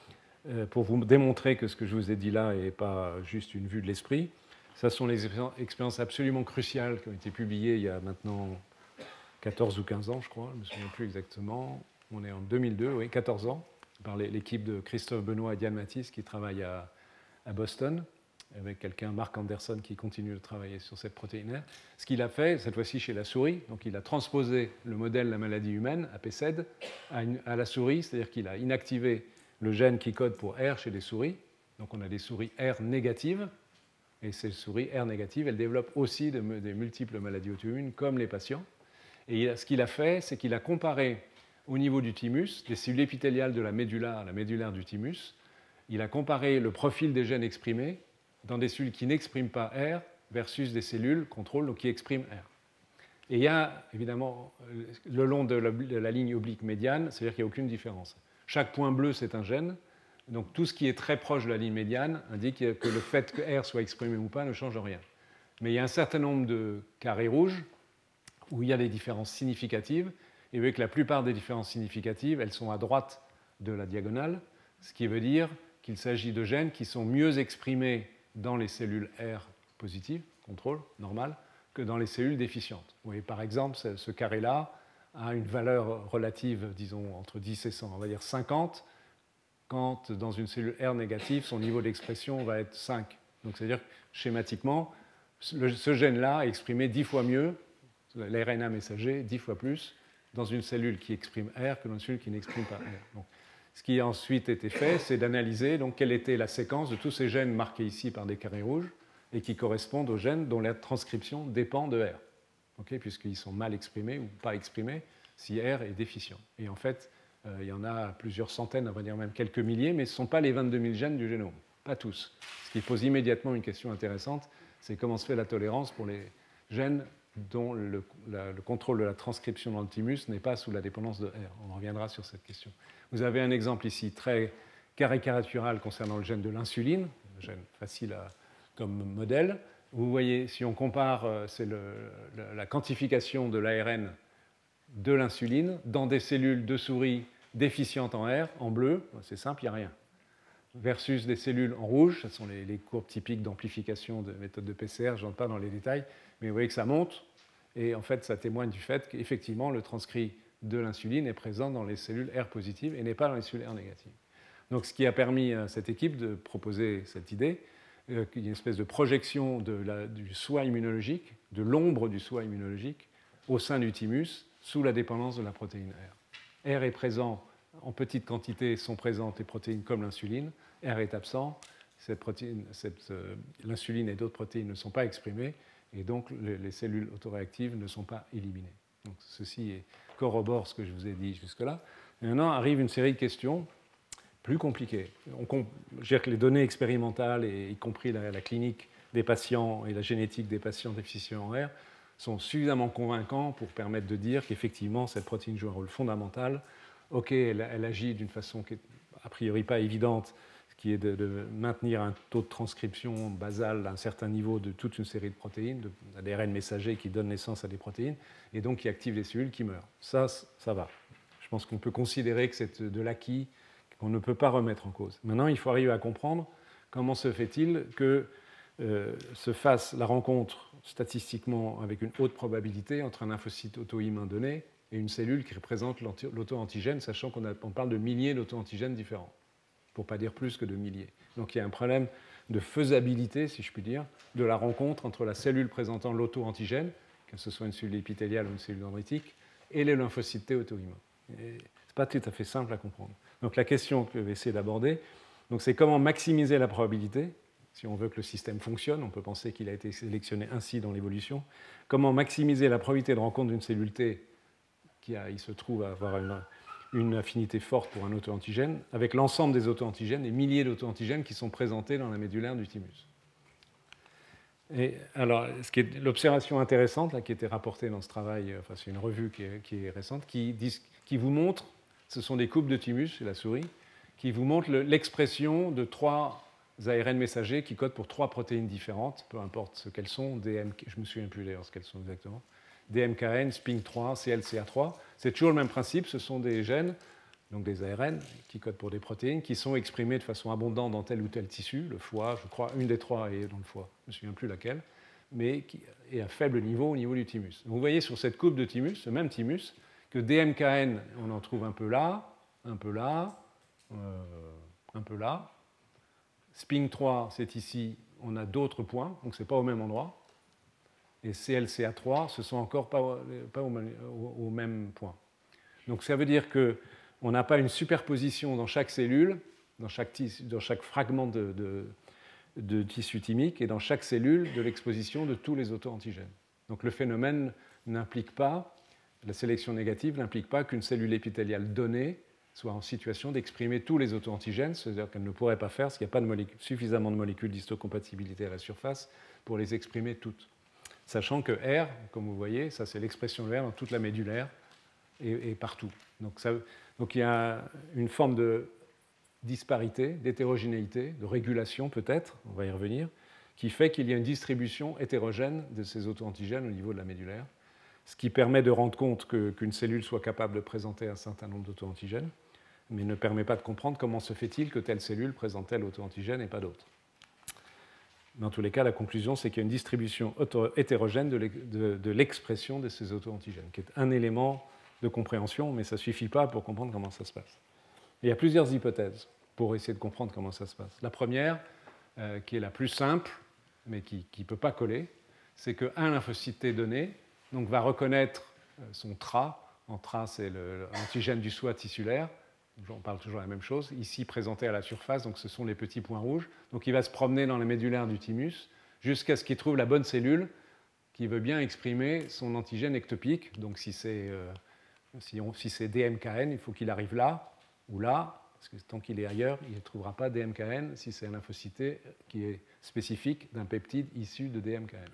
euh, pour vous démontrer que ce que je vous ai dit là n'est pas juste une vue de l'esprit. Ça sont les expériences absolument cruciales qui ont été publiées il y a maintenant quatorze ou quinze ans, je crois, je ne me souviens plus exactement. On est en deux mille deux, oui, quatorze ans, par l'équipe de Christophe Benoît et Diane Matisse qui travaille à, à Boston, avec quelqu'un, Mark Anderson, qui continue de travailler sur cette protéine R. Ce qu'il a fait, cette fois-ci chez la souris, donc il a transposé le modèle de la maladie humaine, A P C E D, à, une, à la souris, c'est-à-dire qu'il a inactivé le gène qui code pour R chez les souris. Donc on a des souris R négatives, et ces souris R négatives, elles développent aussi de, des multiples maladies auto-immunes, comme les patients. Et ce qu'il a fait, c'est qu'il a comparé au niveau du thymus, des cellules épithéliales de la médulla à la médullaire du thymus, il a comparé le profil des gènes exprimés dans des cellules qui n'expriment pas R versus des cellules contrôle donc qui expriment R. Et il y a évidemment le long de la, de la ligne oblique médiane, c'est-à-dire qu'il n'y a aucune différence. Chaque point bleu, c'est un gène. Donc tout ce qui est très proche de la ligne médiane indique que le fait que R soit exprimé ou pas ne change rien. Mais il y a un certain nombre de carrés rouges où il y a des différences significatives, et vous voyez que la plupart des différences significatives, elles sont à droite de la diagonale, ce qui veut dire qu'il s'agit de gènes qui sont mieux exprimés dans les cellules R positives, contrôle, normal, que dans les cellules déficientes. Vous voyez, par exemple, ce carré-là a une valeur relative, disons, entre dix et cent, on va dire cinquante, quand dans une cellule R négative, son niveau d'expression va être cinq. Donc, c'est-à-dire que schématiquement, ce gène-là est exprimé dix fois mieux, l'R N A messager, dix fois plus, dans une cellule qui exprime R que dans une cellule qui n'exprime pas R. Donc, ce qui a ensuite été fait, c'est d'analyser donc, quelle était la séquence de tous ces gènes marqués ici par des carrés rouges et qui correspondent aux gènes dont la transcription dépend de R, okay, puisqu'ils sont mal exprimés ou pas exprimés si R est déficient. Et en fait, euh, il y en a plusieurs centaines, on va dire même quelques milliers, mais ce ne sont pas les vingt-deux mille gènes du génome, pas tous. Ce qui pose immédiatement une question intéressante, c'est comment se fait la tolérance pour les gènes dont le, la, le contrôle de la transcription dans le thymus n'est pas sous la dépendance de R. On reviendra sur cette question. Vous avez un exemple ici très caricatural concernant le gène de l'insuline, un gène facile à, comme modèle. Vous voyez, si on compare, c'est le, le, la quantification de l'A R N de l'insuline dans des cellules de souris déficientes en R, en bleu, c'est simple, il n'y a rien. Versus des cellules en rouge, ce sont les, les courbes typiques d'amplification de méthode de P C R, je n'entre pas dans les détails, mais vous voyez que ça monte, et en fait ça témoigne du fait qu'effectivement le transcrit de l'insuline est présent dans les cellules R positives et n'est pas dans les cellules R négatives. Donc ce qui a permis à cette équipe de proposer cette idée, euh, une espèce de projection de la, du soi immunologique, de l'ombre du soi immunologique, au sein du thymus, sous la dépendance de la protéine R. R est présent en petite quantité, sont présentes les protéines comme l'insuline, R est absent, cette protéine, cette, euh, l'insuline et d'autres protéines ne sont pas exprimées, et donc les, les cellules autoréactives ne sont pas éliminées. Donc ceci est, corrobore ce que je vous ai dit jusque-là. Et maintenant arrive une série de questions plus compliquées. On, je veux dire que les données expérimentales, et y compris la, la clinique des patients et la génétique des patients déficients en R, sont suffisamment convaincants pour permettre de dire qu'effectivement cette protéine joue un rôle fondamental. Ok, elle, elle agit d'une façon qui n'est a priori pas évidente, qui est de, de maintenir un taux de transcription basal à un certain niveau de toute une série de protéines, d'A D R N messager qui donne naissance à des protéines, et donc qui active les cellules qui meurent. Ça, ça va. Je pense qu'on peut considérer que c'est de l'acquis qu'on ne peut pas remettre en cause. Maintenant, il faut arriver à comprendre comment se fait-il que euh, se fasse la rencontre statistiquement avec une haute probabilité entre un lymphocyte auto-immun donné et une cellule qui représente l'auto-antigène, sachant qu'on a, on parle de milliers d'auto-antigènes différents, pour ne pas dire plus que de milliers. Donc il y a un problème de faisabilité, si je puis dire, de la rencontre entre la cellule présentant l'auto-antigène, que ce soit une cellule épithéliale ou une cellule dendritique, et les lymphocytes T auto-immuns. Ce n'est pas tout à fait simple à comprendre. Donc la question que je vais essayer d'aborder, donc, c'est comment maximiser la probabilité, si on veut que le système fonctionne, on peut penser qu'il a été sélectionné ainsi dans l'évolution, comment maximiser la probabilité de rencontre d'une cellule T qui a, il se trouve avoir une, une affinité forte pour un auto-antigène, avec l'ensemble des auto-antigènes, des milliers d'auto-antigènes qui sont présentés dans la médullaire du thymus. Et alors, ce qui est l'observation intéressante là, qui a été rapportée dans ce travail, enfin c'est une revue qui est, qui est récente, qui, dit, qui vous montre, ce sont des coupes de thymus chez la souris, qui vous montrent l'expression de trois A R N messagers qui codent pour trois protéines différentes, peu importe ce qu'elles sont, D M, je ne me souviens plus d'ailleurs ce qu'elles sont exactement, D M K N, S P I N C trois, C L C A trois. C'est toujours le même principe, ce sont des gènes donc des A R N qui codent pour des protéines, qui sont exprimées de façon abondante dans tel ou tel tissu, le foie, je crois, une des trois est dans le foie, je ne me souviens plus laquelle, mais qui est à faible niveau au niveau du thymus. Donc vous voyez sur cette courbe de thymus, ce même thymus, que D M K N, on en trouve un peu là, un peu là, euh, un peu là. S P I N trois, c'est ici, on a d'autres points, donc ce n'est pas au même endroit. Et C L C A trois, ce ne sont encore pas, pas au, au, au même point. Donc ça veut dire qu'on n'a pas une superposition dans chaque cellule, dans chaque, tissu, dans chaque fragment de, de, de tissu thymique et dans chaque cellule de l'exposition de tous les auto-antigènes. Donc le phénomène n'implique pas, la sélection négative n'implique pas qu'une cellule épithéliale donnée soit en situation d'exprimer tous les auto-antigènes, c'est-à-dire qu'elle ne pourrait pas faire parce qu'il n'y a pas de molécules, suffisamment de molécules d'histocompatibilité à la surface pour les exprimer toutes. Sachant que R, comme vous voyez, ça c'est l'expression de R dans toute la médulaire et, et partout. Donc, ça, donc il y a une forme de disparité, d'hétérogénéité, de régulation peut-être, on va y revenir, qui fait qu'il y a une distribution hétérogène de ces auto-antigènes au niveau de la médulaire, ce qui permet de rendre compte que, qu'une cellule soit capable de présenter un certain nombre d'auto-antigènes, mais ne permet pas de comprendre comment se fait-il que telle cellule présente tel auto-antigène et pas d'autres. Dans tous les cas, la conclusion, c'est qu'il y a une distribution hétérogène de l'expression de ces auto-antigènes, qui est un élément de compréhension, mais ça ne suffit pas pour comprendre comment ça se passe. Et il y a plusieurs hypothèses pour essayer de comprendre comment ça se passe. La première, euh, qui est la plus simple, mais qui ne peut pas coller, c'est qu'un lymphocyte T donné donc, va reconnaître son T R A. En T R A, c'est l'antigène du soi tissulaire. On parle toujours de la même chose. Ici, présenté à la surface, donc ce sont les petits points rouges. Donc il va se promener dans les médulaires du thymus jusqu'à ce qu'il trouve la bonne cellule qui veut bien exprimer son antigène ectopique. Donc si c'est euh, si si c'est D M K N, il faut qu'il arrive là ou là, parce que tant qu'il est ailleurs, il ne trouvera pas D M K N si c'est un lymphocyte qui est spécifique d'un peptide issu de D M K N.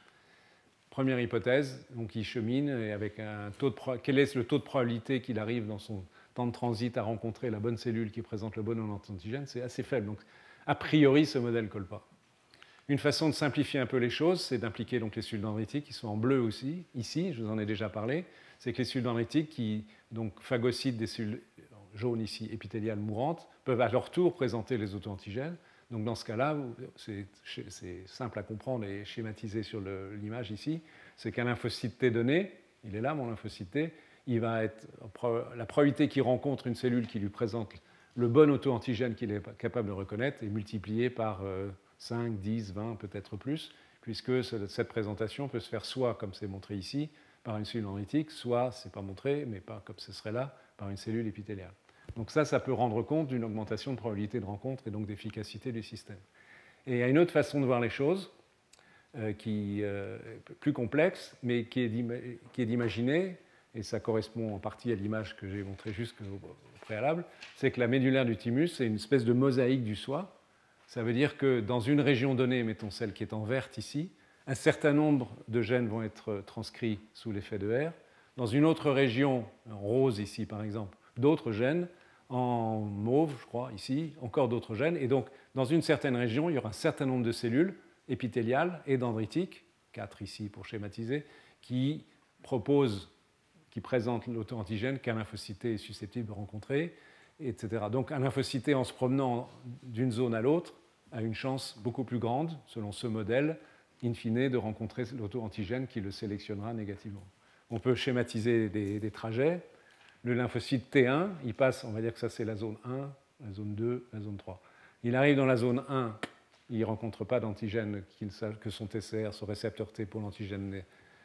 Première hypothèse, donc il chemine et avec un taux de pro... quel est le taux de probabilité qu'il arrive dans son temps de transit à rencontrer la bonne cellule qui présente le bon antigène, c'est assez faible. Donc, a priori, ce modèle ne colle pas. Une façon de simplifier un peu les choses, c'est d'impliquer donc les cellules dendritiques qui sont en bleu aussi. Ici, je vous en ai déjà parlé, c'est que les cellules dendritiques qui donc, phagocytent des cellules jaunes ici, épithéliales mourantes, peuvent à leur tour présenter les auto-antigènes. Donc dans ce cas-là, c'est, c'est simple à comprendre et schématisé sur le, l'image ici, c'est qu'un lymphocyte T donné, il est là mon lymphocyte T, il va être, la probabilité qu'il rencontre une cellule qui lui présente le bon auto-antigène qu'il est capable de reconnaître est multipliée par cinq, dix, vingt, peut-être plus, puisque cette présentation peut se faire soit, comme c'est montré ici, par une cellule dendritique, soit, ce n'est pas montré, mais pas comme ce serait là, par une cellule épithéliale. Donc ça, ça peut rendre compte d'une augmentation de probabilité de rencontre et donc d'efficacité du système. Et il y a une autre façon de voir les choses, euh, qui euh, est plus complexe, mais qui est, qui est d'imaginer, et ça correspond en partie à l'image que j'ai montrée juste au préalable, c'est que la médulaire du thymus, c'est une espèce de mosaïque du soi. Ça veut dire que dans une région donnée, mettons celle qui est en verte ici, un certain nombre de gènes vont être transcrits sous l'effet de R. Dans une autre région, en rose ici par exemple, d'autres gènes, en mauve, je crois, ici, encore d'autres gènes. Et donc, dans une certaine région, il y aura un certain nombre de cellules épithéliales et dendritiques, quatre ici pour schématiser, qui proposent, qui présentent l'auto-antigène qu'un lymphocyte est susceptible de rencontrer, et cetera. Donc, un lymphocyte, en se promenant d'une zone à l'autre, a une chance beaucoup plus grande, selon ce modèle, in fine, de rencontrer l'auto-antigène qui le sélectionnera négativement. On peut schématiser des, des trajets. Le lymphocyte T un, il passe, on va dire que ça c'est la zone un, la zone deux, la zone trois. Il arrive dans la zone un, il ne rencontre pas d'antigène que son T C R, son récepteur T pour l'antigène,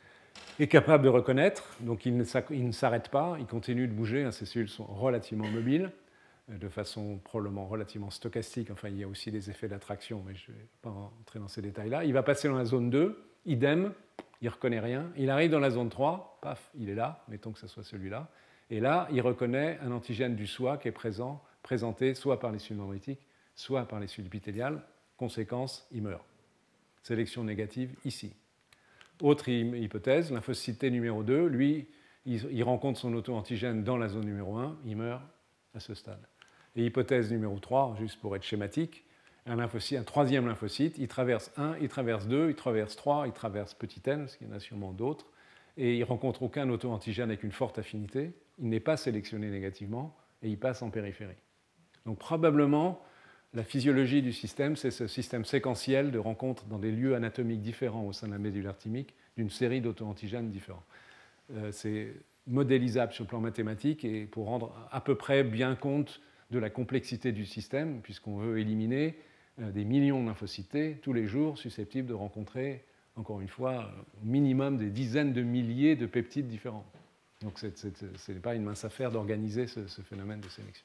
est capable de reconnaître, donc il ne s'arrête pas, il continue de bouger, ces cellules sont relativement mobiles, de façon probablement relativement stochastique, enfin il y a aussi des effets d'attraction, mais je ne vais pas entrer dans ces détails-là. Il va passer dans la zone deux, idem, il ne reconnaît rien. Il arrive dans la zone trois, paf, il est là, mettons que ce soit celui-là. Et là, il reconnaît un antigène du soi qui est présent, présenté soit par les cellules dendritiques, soit par les cellules épithéliales. Conséquence, il meurt. Sélection négative ici. Autre hypothèse, lymphocyte numéro deux, lui, il rencontre son auto-antigène dans la zone numéro un, il meurt à ce stade. Et hypothèse numéro trois, juste pour être schématique, un, lymphocyte, un troisième lymphocyte, il traverse un, il traverse deux, il traverse trois, il traverse petit n, parce qu'il y en a sûrement d'autres, et il ne rencontre aucun auto-antigène avec une forte affinité. Il n'est pas sélectionné négativement, et il passe en périphérie. Donc probablement, la physiologie du système, c'est ce système séquentiel de rencontres dans des lieux anatomiques différents au sein de la médullaire thymique d'une série d'auto-antigènes différents. Euh, c'est modélisable sur le plan mathématique et pour rendre à peu près bien compte de la complexité du système, puisqu'on veut éliminer euh, des millions de lymphocytes T tous les jours susceptibles de rencontrer, encore une fois, au minimum des dizaines de milliers de peptides différents. Donc ce n'est pas une mince affaire d'organiser ce, ce phénomène de sélection.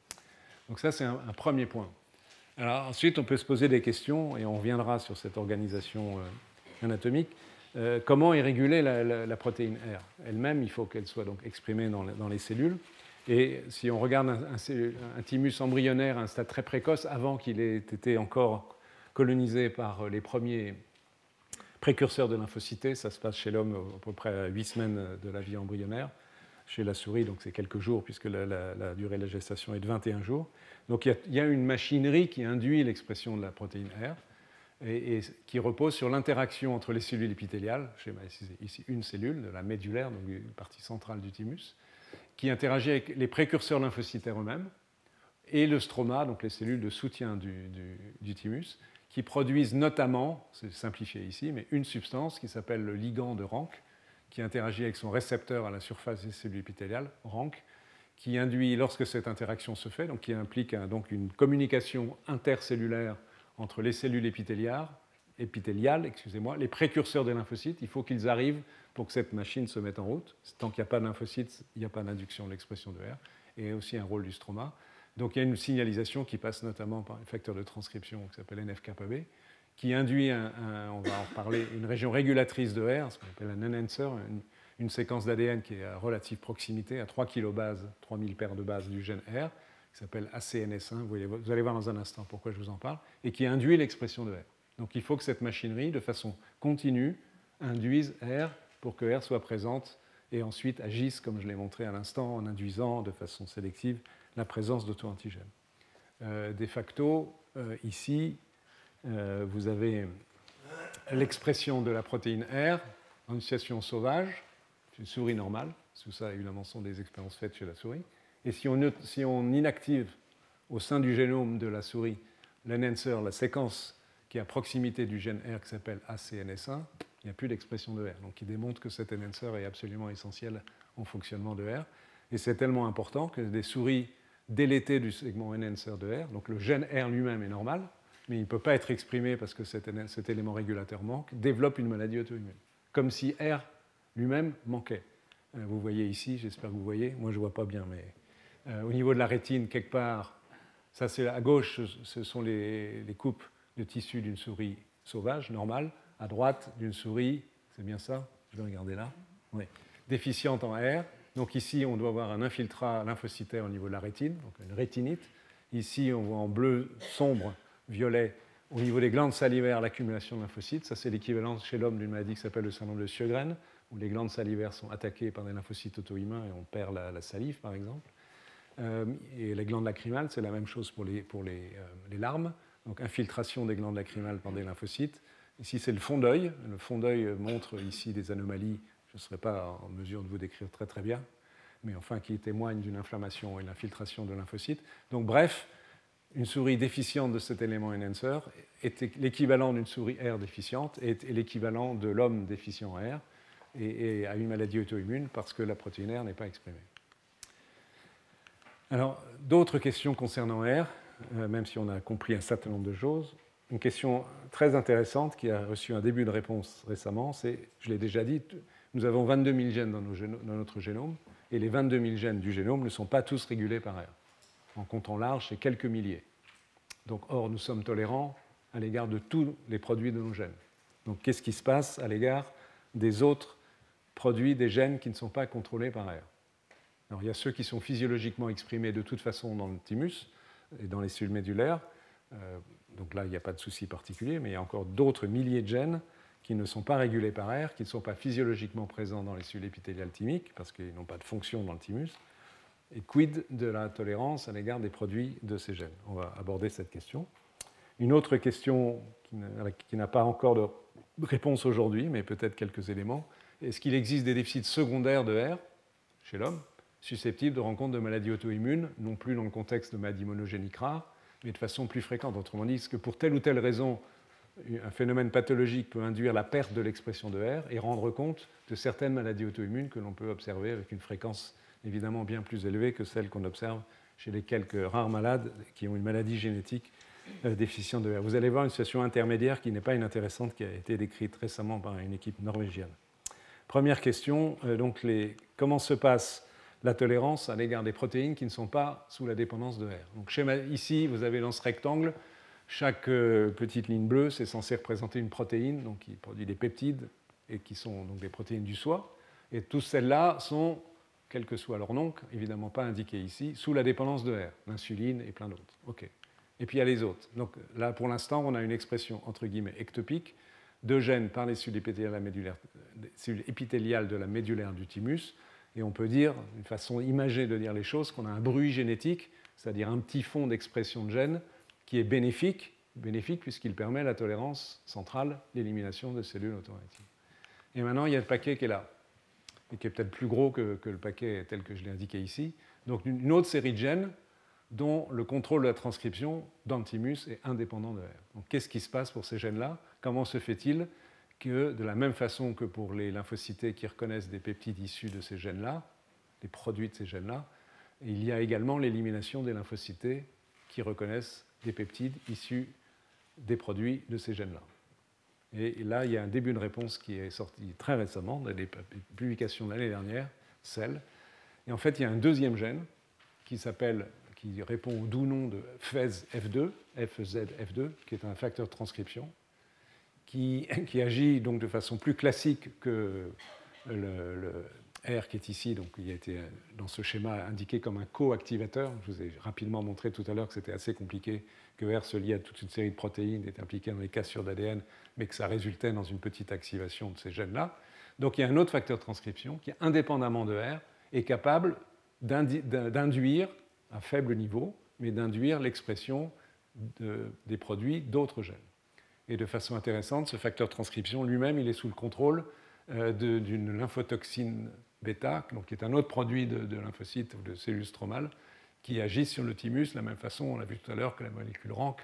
Donc ça, c'est un, un premier point. Alors ensuite, on peut se poser des questions, et on reviendra sur cette organisation euh, anatomique. Euh, comment est régulée la, la, la protéine R? Elle-même, il faut qu'elle soit donc exprimée dans, dans les cellules. Et si on regarde un, un, un thymus embryonnaire à un stade très précoce, avant qu'il ait été encore colonisé par les premiers précurseurs de lymphocytes T, ça se passe chez l'homme à peu près à huit semaines de la vie embryonnaire. Chez la souris, donc c'est quelques jours, puisque la, la, la durée de la gestation est de vingt et un jours. Donc il y a, il y a une machinerie qui induit l'expression de la protéine R, et, et qui repose sur l'interaction entre les cellules épithéliales, schéma ici une cellule de la médullaire, donc une partie centrale du thymus, qui interagit avec les précurseurs lymphocytaires eux-mêmes, et le stroma, donc les cellules de soutien du, du, du thymus, qui produisent notamment, c'est simplifié ici, mais une substance qui s'appelle le ligand de Rank, qui interagit avec son récepteur à la surface des cellules épithéliales, Rank, qui induit, lorsque cette interaction se fait, donc qui implique un, donc une communication intercellulaire entre les cellules épithéliales, épithéliales excusez-moi, les précurseurs des lymphocytes, il faut qu'ils arrivent pour que cette machine se mette en route. Tant qu'il n'y a pas de lymphocytes, il n'y a pas d'induction de l'expression de R, et aussi un rôle du stroma. Donc il y a une signalisation qui passe notamment par un facteur de transcription qui s'appelle N F K B, qui induit, un, un, on va en reparler, une région régulatrice de R, ce qu'on appelle un enhancer, une, une séquence d'A D N qui est à relative proximité, à trois kilobases, trois mille paires de bases du gène R, qui s'appelle A C N S un, vous, voyez, vous allez voir dans un instant pourquoi je vous en parle, et qui induit l'expression de R. Donc il faut que cette machinerie, de façon continue, induise R pour que R soit présente et ensuite agisse, comme je l'ai montré à l'instant, en induisant de façon sélective la présence d'auto-antigènes. Euh, de facto, euh, ici, euh, vous avez l'expression de la protéine R en une situation sauvage, une souris normale, tout ça évidemment sont des expériences faites chez la souris, et si on, si on inactive au sein du génome de la souris l'enhancer, la séquence qui est à proximité du gène R qui s'appelle A C N S un, il n'y a plus d'expression de R, donc qui démontre que cet enhancer est absolument essentiel au fonctionnement de R, et c'est tellement important que des souris délétées du segment enhancer de R, donc le gène R lui-même est normal, mais il ne peut pas être exprimé parce que cet, cet élément régulateur manque, développe une maladie auto-immune, comme si R lui-même manquait. Euh, vous voyez ici, j'espère que vous voyez, moi je ne vois pas bien, mais euh, au niveau de la rétine, quelque part, ça c'est à gauche, ce sont les, les coupes de tissu d'une souris sauvage, normale, à droite d'une souris, c'est bien ça, je vais regarder là, oui, déficiente en R. Donc ici, on doit avoir un infiltrat lymphocytaire au niveau de la rétine, donc une rétinite. Ici, on voit en bleu sombre, violet, au niveau des glandes salivaires, l'accumulation de lymphocytes. Ça, c'est l'équivalent chez l'homme d'une maladie qui s'appelle le syndrome de Sjögren, où les glandes salivaires sont attaquées par des lymphocytes auto-immuns et on perd la, la salive, par exemple. Euh, et les glandes lacrymales, c'est la même chose pour les, pour les, euh, les larmes. Donc, infiltration des glandes lacrymales par des lymphocytes. Ici, c'est le fond d'œil. Le fond d'œil montre ici des anomalies, je ne serai pas en mesure de vous décrire très très bien, mais enfin qui témoignent d'une inflammation et l'infiltration de lymphocytes. Donc, bref, une souris déficiente de cet élément enhancer est l'équivalent d'une souris R déficiente et est l'équivalent de l'homme déficient en R et, et a une maladie auto-immune parce que la protéine R n'est pas exprimée. Alors, d'autres questions concernant R, euh, même si on a compris un certain nombre de choses. Une question très intéressante qui a reçu un début de réponse récemment, c'est, je l'ai déjà dit, nous avons vingt-deux mille gènes dans, nos géno- dans notre génome et les vingt-deux mille gènes du génome ne sont pas tous régulés par R. En comptant large, c'est quelques milliers. Donc, or, nous sommes tolérants à l'égard de tous les produits de nos gènes. Donc, qu'est-ce qui se passe à l'égard des autres produits des gènes qui ne sont pas contrôlés par R? Alors, il y a ceux qui sont physiologiquement exprimés de toute façon dans le thymus et dans les cellules médullaires. Euh, donc là, il n'y a pas de souci particulier, mais il y a encore d'autres milliers de gènes qui ne sont pas régulés par R, qui ne sont pas physiologiquement présents dans les cellules épithéliales thymiques, parce qu'ils n'ont pas de fonction dans le thymus. Et quid de la tolérance à l'égard des produits de ces gènes? On va aborder cette question. Une autre question qui n'a pas encore de réponse aujourd'hui, mais peut-être quelques éléments. Est-ce qu'il existe des déficits secondaires de R chez l'homme? susceptibles de rencontre de maladies auto-immunes, non plus dans le contexte de maladies monogéniques rares, mais de façon plus fréquente. Autrement dit, que pour telle ou telle raison, un phénomène pathologique peut induire la perte de l'expression de R et rendre compte de certaines maladies auto-immunes que l'on peut observer avec une fréquence évidemment bien plus élevée que celle qu'on observe chez les quelques rares malades qui ont une maladie génétique euh, déficiente de R. Vous allez voir une situation intermédiaire qui n'est pas inintéressante, qui a été décrite récemment par une équipe norvégienne. Première question, euh, donc les, comment se passe la tolérance à l'égard des protéines qui ne sont pas sous la dépendance de R. Donc, schéma, ici, vous avez dans ce rectangle, chaque euh, petite ligne bleue, c'est censé représenter une protéine donc, qui produit des peptides et qui sont donc des protéines du soi. Et toutes celles-là sont, quel que soit leur nom, évidemment pas indiquées ici, sous la dépendance de R, l'insuline et plein d'autres. Okay. Et puis il y a les autres. Donc là, pour l'instant, on a une expression entre guillemets ectopique de gènes par les cellules épithéliales, cellules épithéliales de la médullaire du thymus. Et on peut dire, d'une façon imagée de dire les choses, qu'on a un bruit génétique, c'est-à-dire un petit fond d'expression de gènes qui est bénéfique, bénéfique puisqu'il permet la tolérance centrale, l'élimination de cellules autoréactives. Et maintenant, il y a le paquet qui est là, et qui est peut-être plus gros que, que le paquet tel que je l'ai indiqué ici. Donc une autre série de gènes dont le contrôle de la transcription dans le thymus est indépendant de R. Donc qu'est-ce qui se passe pour ces gènes-là? Comment se fait-il que, de la même façon que pour les lymphocytés qui reconnaissent des peptides issus de ces gènes-là, des produits de ces gènes-là, il y a également l'élimination des lymphocytés qui reconnaissent des peptides issus des produits de ces gènes-là. Et là, il y a un début de réponse qui est sorti très récemment, dans les publications de l'année dernière, celle. Et en fait, il y a un deuxième gène qui s'appelle, qui répond au doux nom de F E Z F deux, F E Z F deux, qui est un facteur de transcription, qui, qui agit donc de façon plus classique que le, le R qui est ici, donc il a été dans ce schéma indiqué comme un coactivateur. Je vous ai rapidement montré tout à l'heure que c'était assez compliqué, que R se lie à toute une série de protéines, est impliqué dans les cassures d'A D N, mais que ça résultait dans une petite activation de ces gènes-là. Donc il y a un autre facteur de transcription qui, indépendamment de R, est capable d'induire, à faible niveau, mais d'induire l'expression de, des produits d'autres gènes. Et de façon intéressante, ce facteur de transcription lui-même, il est sous le contrôle euh, d'une lymphotoxine bêta, donc qui est un autre produit de, de lymphocytes ou de cellules stromales, qui agissent sur le thymus de la même façon, on l'a vu tout à l'heure, que la molécule RANK,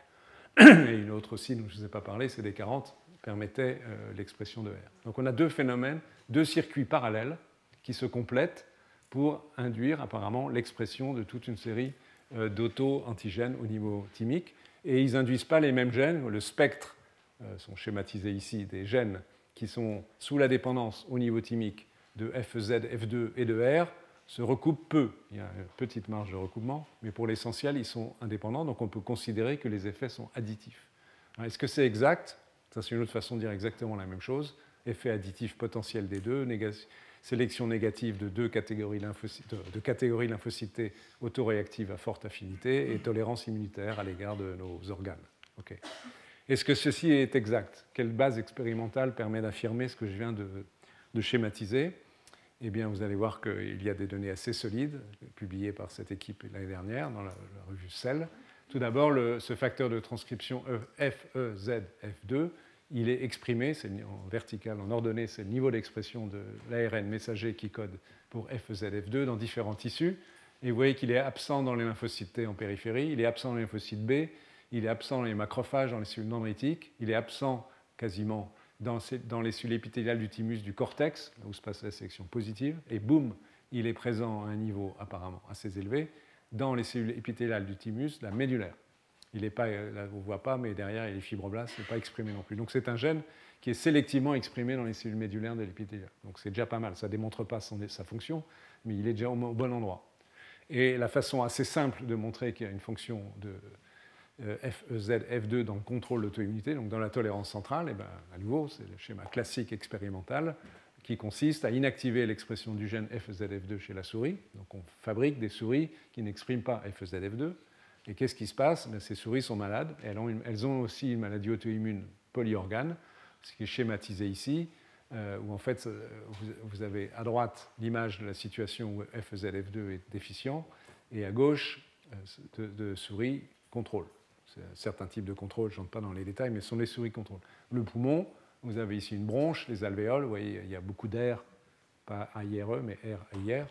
et une autre aussi dont je ne vous ai pas parlé, C D quarante, permettait euh, l'expression de R. Donc on a deux phénomènes, deux circuits parallèles qui se complètent pour induire apparemment l'expression de toute une série euh, d'auto-antigènes au niveau thymique. Et ils n'induisent pas les mêmes gènes. Le spectre, euh, sont schématisés ici, des gènes qui sont sous la dépendance au niveau thymique de F E Z, F deux et de R, se recoupent peu. Il y a une petite marge de recoupement, mais pour l'essentiel, ils sont indépendants, donc on peut considérer que les effets sont additifs. Est-ce que c'est exact? Ça, c'est une autre façon de dire exactement la même chose. Effet additif potentiel des deux, néga- sélection négative de deux catégories, lymphocytes, de catégories lymphocytées autoréactives à forte affinité et tolérance immunitaire à l'égard de nos organes. Okay. Est-ce que ceci est exact? Quelle base expérimentale permet d'affirmer ce que je viens de, de schématiser? Eh bien, vous allez voir qu'il y a des données assez solides, publiées par cette équipe l'année dernière dans la, la revue Cell. Tout d'abord, le, ce facteur de transcription F E Z F deux, il est exprimé, c'est en vertical, en ordonnée, c'est le niveau d'expression de l'A R N messager qui code pour F E Z F deux dans différents tissus. Et vous voyez qu'il est absent dans les lymphocytes T en périphérie, il est absent dans les lymphocytes B, il est absent dans les macrophages, dans les cellules dendritiques, il est absent quasiment dans, ces, dans les cellules épithéliales du thymus du cortex, là où se passe la sélection positive, et boum, il est présent à un niveau apparemment assez élevé dans les cellules épithéliales du thymus, la médullaire. Il n'est pas, là, on ne voit pas, mais derrière, il y a les fibroblastes, il n'est pas exprimé non plus. Donc c'est un gène qui est sélectivement exprimé dans les cellules médullaires de l'épithélial. Donc c'est déjà pas mal. Ça ne démontre pas son, sa fonction, mais il est déjà au, au bon endroit. Et la façon assez simple de montrer qu'il y a une fonction de euh, F E Z F deux dans le contrôle de l'auto-immunité, donc dans la tolérance centrale, et ben, à nouveau, c'est le schéma classique expérimental qui consiste à inactiver l'expression du gène F E Z F deux chez la souris. Donc on fabrique des souris qui n'expriment pas F E Z F deux. Et qu'est-ce qui se passe? Ben, ces souris sont malades. Elles ont, une, elles ont aussi une maladie auto-immune polyorgane, ce qui est schématisé ici, euh, où en fait vous, vous avez à droite l'image de la situation où F E Z F deux est déficient, et à gauche euh, de, de souris contrôle. C'est un certain type de contrôle, je n'entre pas dans les détails, mais ce sont des souris contrôle. Le poumon, vous avez ici une bronche, les alvéoles, vous voyez, il y a beaucoup d'air, pas A I R E, mais R A I R.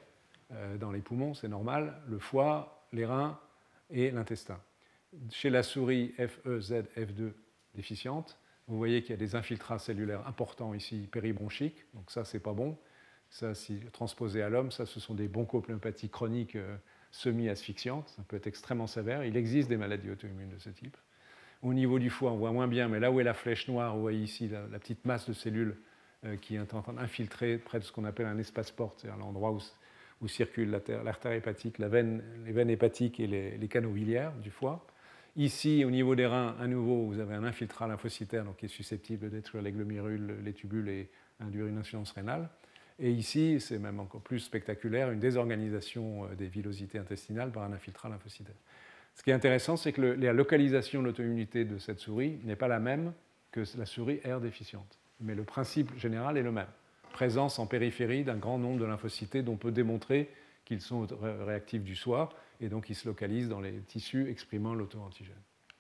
euh, dans les poumons, c'est normal, le foie, les reins et l'intestin. Chez la souris F E Z F deux déficiente, vous voyez qu'il y a des infiltrats cellulaires importants ici, péribronchiques, donc ça, c'est pas bon. Ça, si transposé à l'homme, ça, ce sont des bronchopnéumopathies chroniques euh, semi-asphyxiantes, ça peut être extrêmement sévère. Il existe des maladies auto-immunes de ce type. Au niveau du foie, on voit moins bien, mais là où est la flèche noire, vous voyez ici la, la petite masse de cellules euh, qui est en train d'infiltrer près de ce qu'on appelle un espace porte, c'est-à-dire l'endroit où, où circule l'artère hépatique, la veine, les veines hépatiques et les, les canaux biliaires du foie. Ici, au niveau des reins, à nouveau, vous avez un infiltrat lymphocytaire donc, qui est susceptible de détruire les glomérules, les tubules et induire une insuffisance rénale. Et ici, c'est même encore plus spectaculaire, une désorganisation des villosités intestinales par un infiltrat lymphocytaire. Ce qui est intéressant, c'est que le, la localisation de l'auto-immunité de cette souris n'est pas la même que la souris R déficiente. Mais le principe général est le même. Présence en périphérie d'un grand nombre de lymphocytes dont on peut démontrer qu'ils sont réactifs du soir, et donc ils se localisent dans les tissus exprimant l'auto-antigène.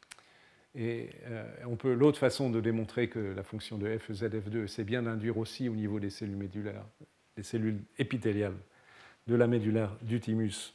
Et euh, on peut, l'autre façon de démontrer que la fonction de F E Z F deux, c'est bien d'induire aussi au niveau des cellules médulaires, des cellules épithéliales de la médulaire du thymus,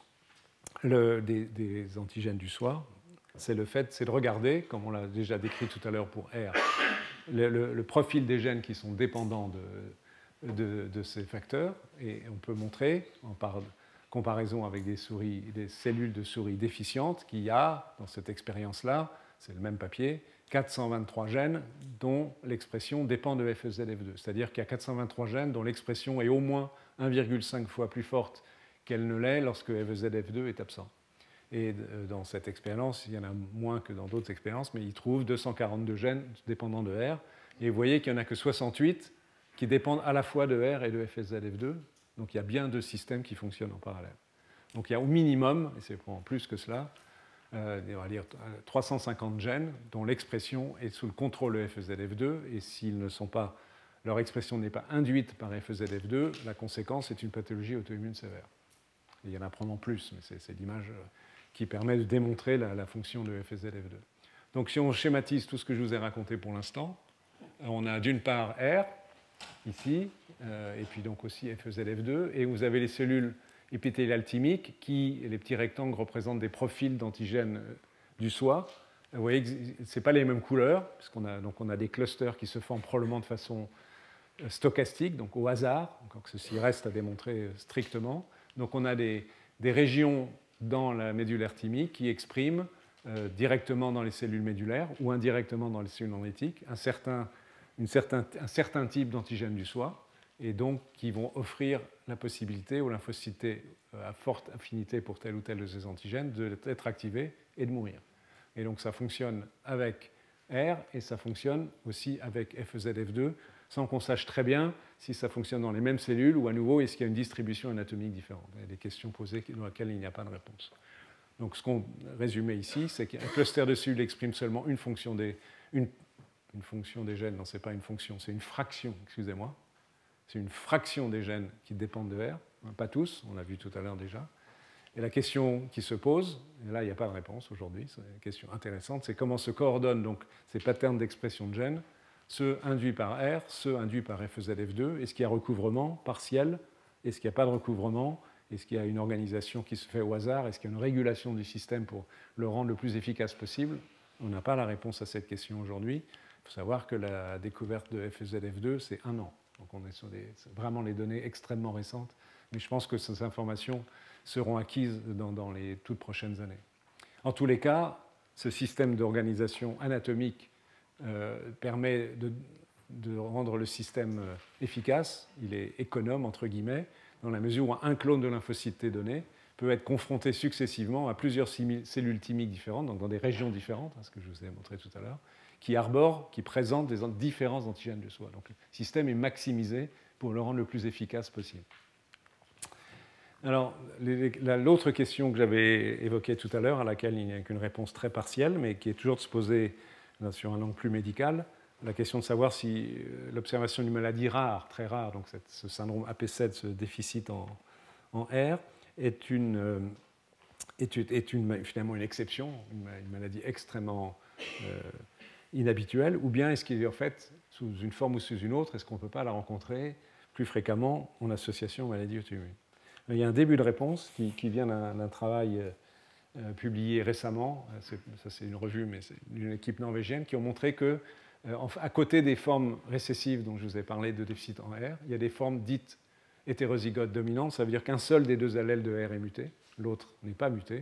le, des, des antigènes du soir, c'est le fait, c'est de regarder, comme on l'a déjà décrit tout à l'heure pour R, le, le, le profil des gènes qui sont dépendants de, de, de ces facteurs, et on peut montrer, en par comparaison avec des, souris, des cellules de souris déficientes, qu'il y a, dans cette expérience-là, c'est le même papier, quatre cent vingt-trois gènes dont l'expression dépend de F E Z F deux. C'est-à-dire qu'il y a quatre cent vingt-trois gènes dont l'expression est au moins un virgule cinq fois plus forte qu'elle ne l'est lorsque F E Z F deux est absent. Et dans cette expérience, il y en a moins que dans d'autres expériences, mais ils trouvent deux cent quarante-deux gènes dépendants de R. Et vous voyez qu'il n'y en a que soixante-huit qui dépendent à la fois de R et de F E Z F deux. Donc il y a bien deux systèmes qui fonctionnent en parallèle. Donc il y a au minimum, et c'est probablement plus que cela, Euh, on va dire trois cent cinquante gènes dont l'expression est sous le contrôle de F E Z F deux, et s'ils ne sont pas, leur expression n'est pas induite par F E Z F deux, la conséquence est une pathologie auto-immune sévère. Et il y en a probablement plus, mais c'est, c'est l'image qui permet de démontrer la, la fonction de F E Z F deux. Donc si on schématise tout ce que je vous ai raconté pour l'instant, on a d'une part R, ici, euh, et puis donc aussi F E Z F deux, et vous avez les cellules épithéliales thymiques qui, les petits rectangles, représentent des profils d'antigènes du soie. Vous voyez que ce n'est pas les mêmes couleurs, puisqu'on a, donc on a des clusters qui se forment probablement de façon stochastique, donc au hasard, encore que ceci reste à démontrer strictement. Donc on a des, des régions dans la médulaire thymique qui expriment euh, directement dans les cellules médulaires ou indirectement dans les cellules dendritiques un certain, une certain, un certain type d'antigène du soie, et donc qui vont offrir la possibilité aux lymphocytes à forte affinité pour tel ou tel de ces antigènes d'être activés et de mourir. Et donc ça fonctionne avec R et ça fonctionne aussi avec F E Z F deux, sans qu'on sache très bien si ça fonctionne dans les mêmes cellules ou à nouveau est-ce qu'il y a une distribution anatomique différente. Il y a des questions posées dans lesquelles il n'y a pas de réponse. Donc ce qu'on résumait ici, c'est qu'un cluster de cellules exprime seulement une fonction des, une, une fonction des gènes. Non, ce n'est pas une fonction, c'est une fraction, excusez-moi. C'est une fraction des gènes qui dépendent de R, pas tous, on l'a vu tout à l'heure déjà. Et la question qui se pose, et là il n'y a pas de réponse aujourd'hui, c'est une question intéressante, c'est comment se coordonnent donc ces patterns d'expression de gènes, ceux induits par R, ceux induits par F E Z F deux, est-ce qu'il y a recouvrement partiel, est-ce qu'il n'y a pas de recouvrement, est-ce qu'il y a une organisation qui se fait au hasard, est-ce qu'il y a une régulation du système pour le rendre le plus efficace possible? On n'a pas la réponse à cette question aujourd'hui. Il faut savoir que la découverte de F E Z F deux, c'est un an. Donc on est sur des, vraiment les données extrêmement récentes, mais je pense que ces informations seront acquises dans, dans les toutes prochaines années. En tous les cas, ce système d'organisation anatomique euh, permet de, de rendre le système efficace, il est économe, entre guillemets, dans la mesure où un clone de lymphocyte T donné peut être confronté successivement à plusieurs cellules thymiques différentes, donc dans des régions différentes, hein, ce que je vous ai montré tout à l'heure, qui arborent, qui présentent des différents antigènes de soi. Donc le système est maximisé pour le rendre le plus efficace possible. Alors, l'autre question que j'avais évoquée tout à l'heure, à laquelle il n'y a qu'une réponse très partielle, mais qui est toujours de se poser sur un angle plus médical, la question de savoir si l'observation d'une maladie rare, très rare, donc cette, ce syndrome A P sept, ce déficit en, en R, est, une, est, est une, finalement une exception, une, une maladie extrêmement euh, inhabituelle, ou bien est-ce qu'il est en fait sous une forme ou sous une autre, est-ce qu'on ne peut pas la rencontrer plus fréquemment en association aux maladies auto-immunes? Il y a un début de réponse qui, qui vient d'un, d'un travail euh, publié récemment. C'est, ça, c'est une revue, mais c'est d'une équipe norvégienne qui ont montré que, euh, à côté des formes récessives dont je vous ai parlé de déficit en R, il y a des formes dites hétérozygotes dominantes. Ça veut dire qu'un seul des deux allèles de R est muté, l'autre n'est pas muté,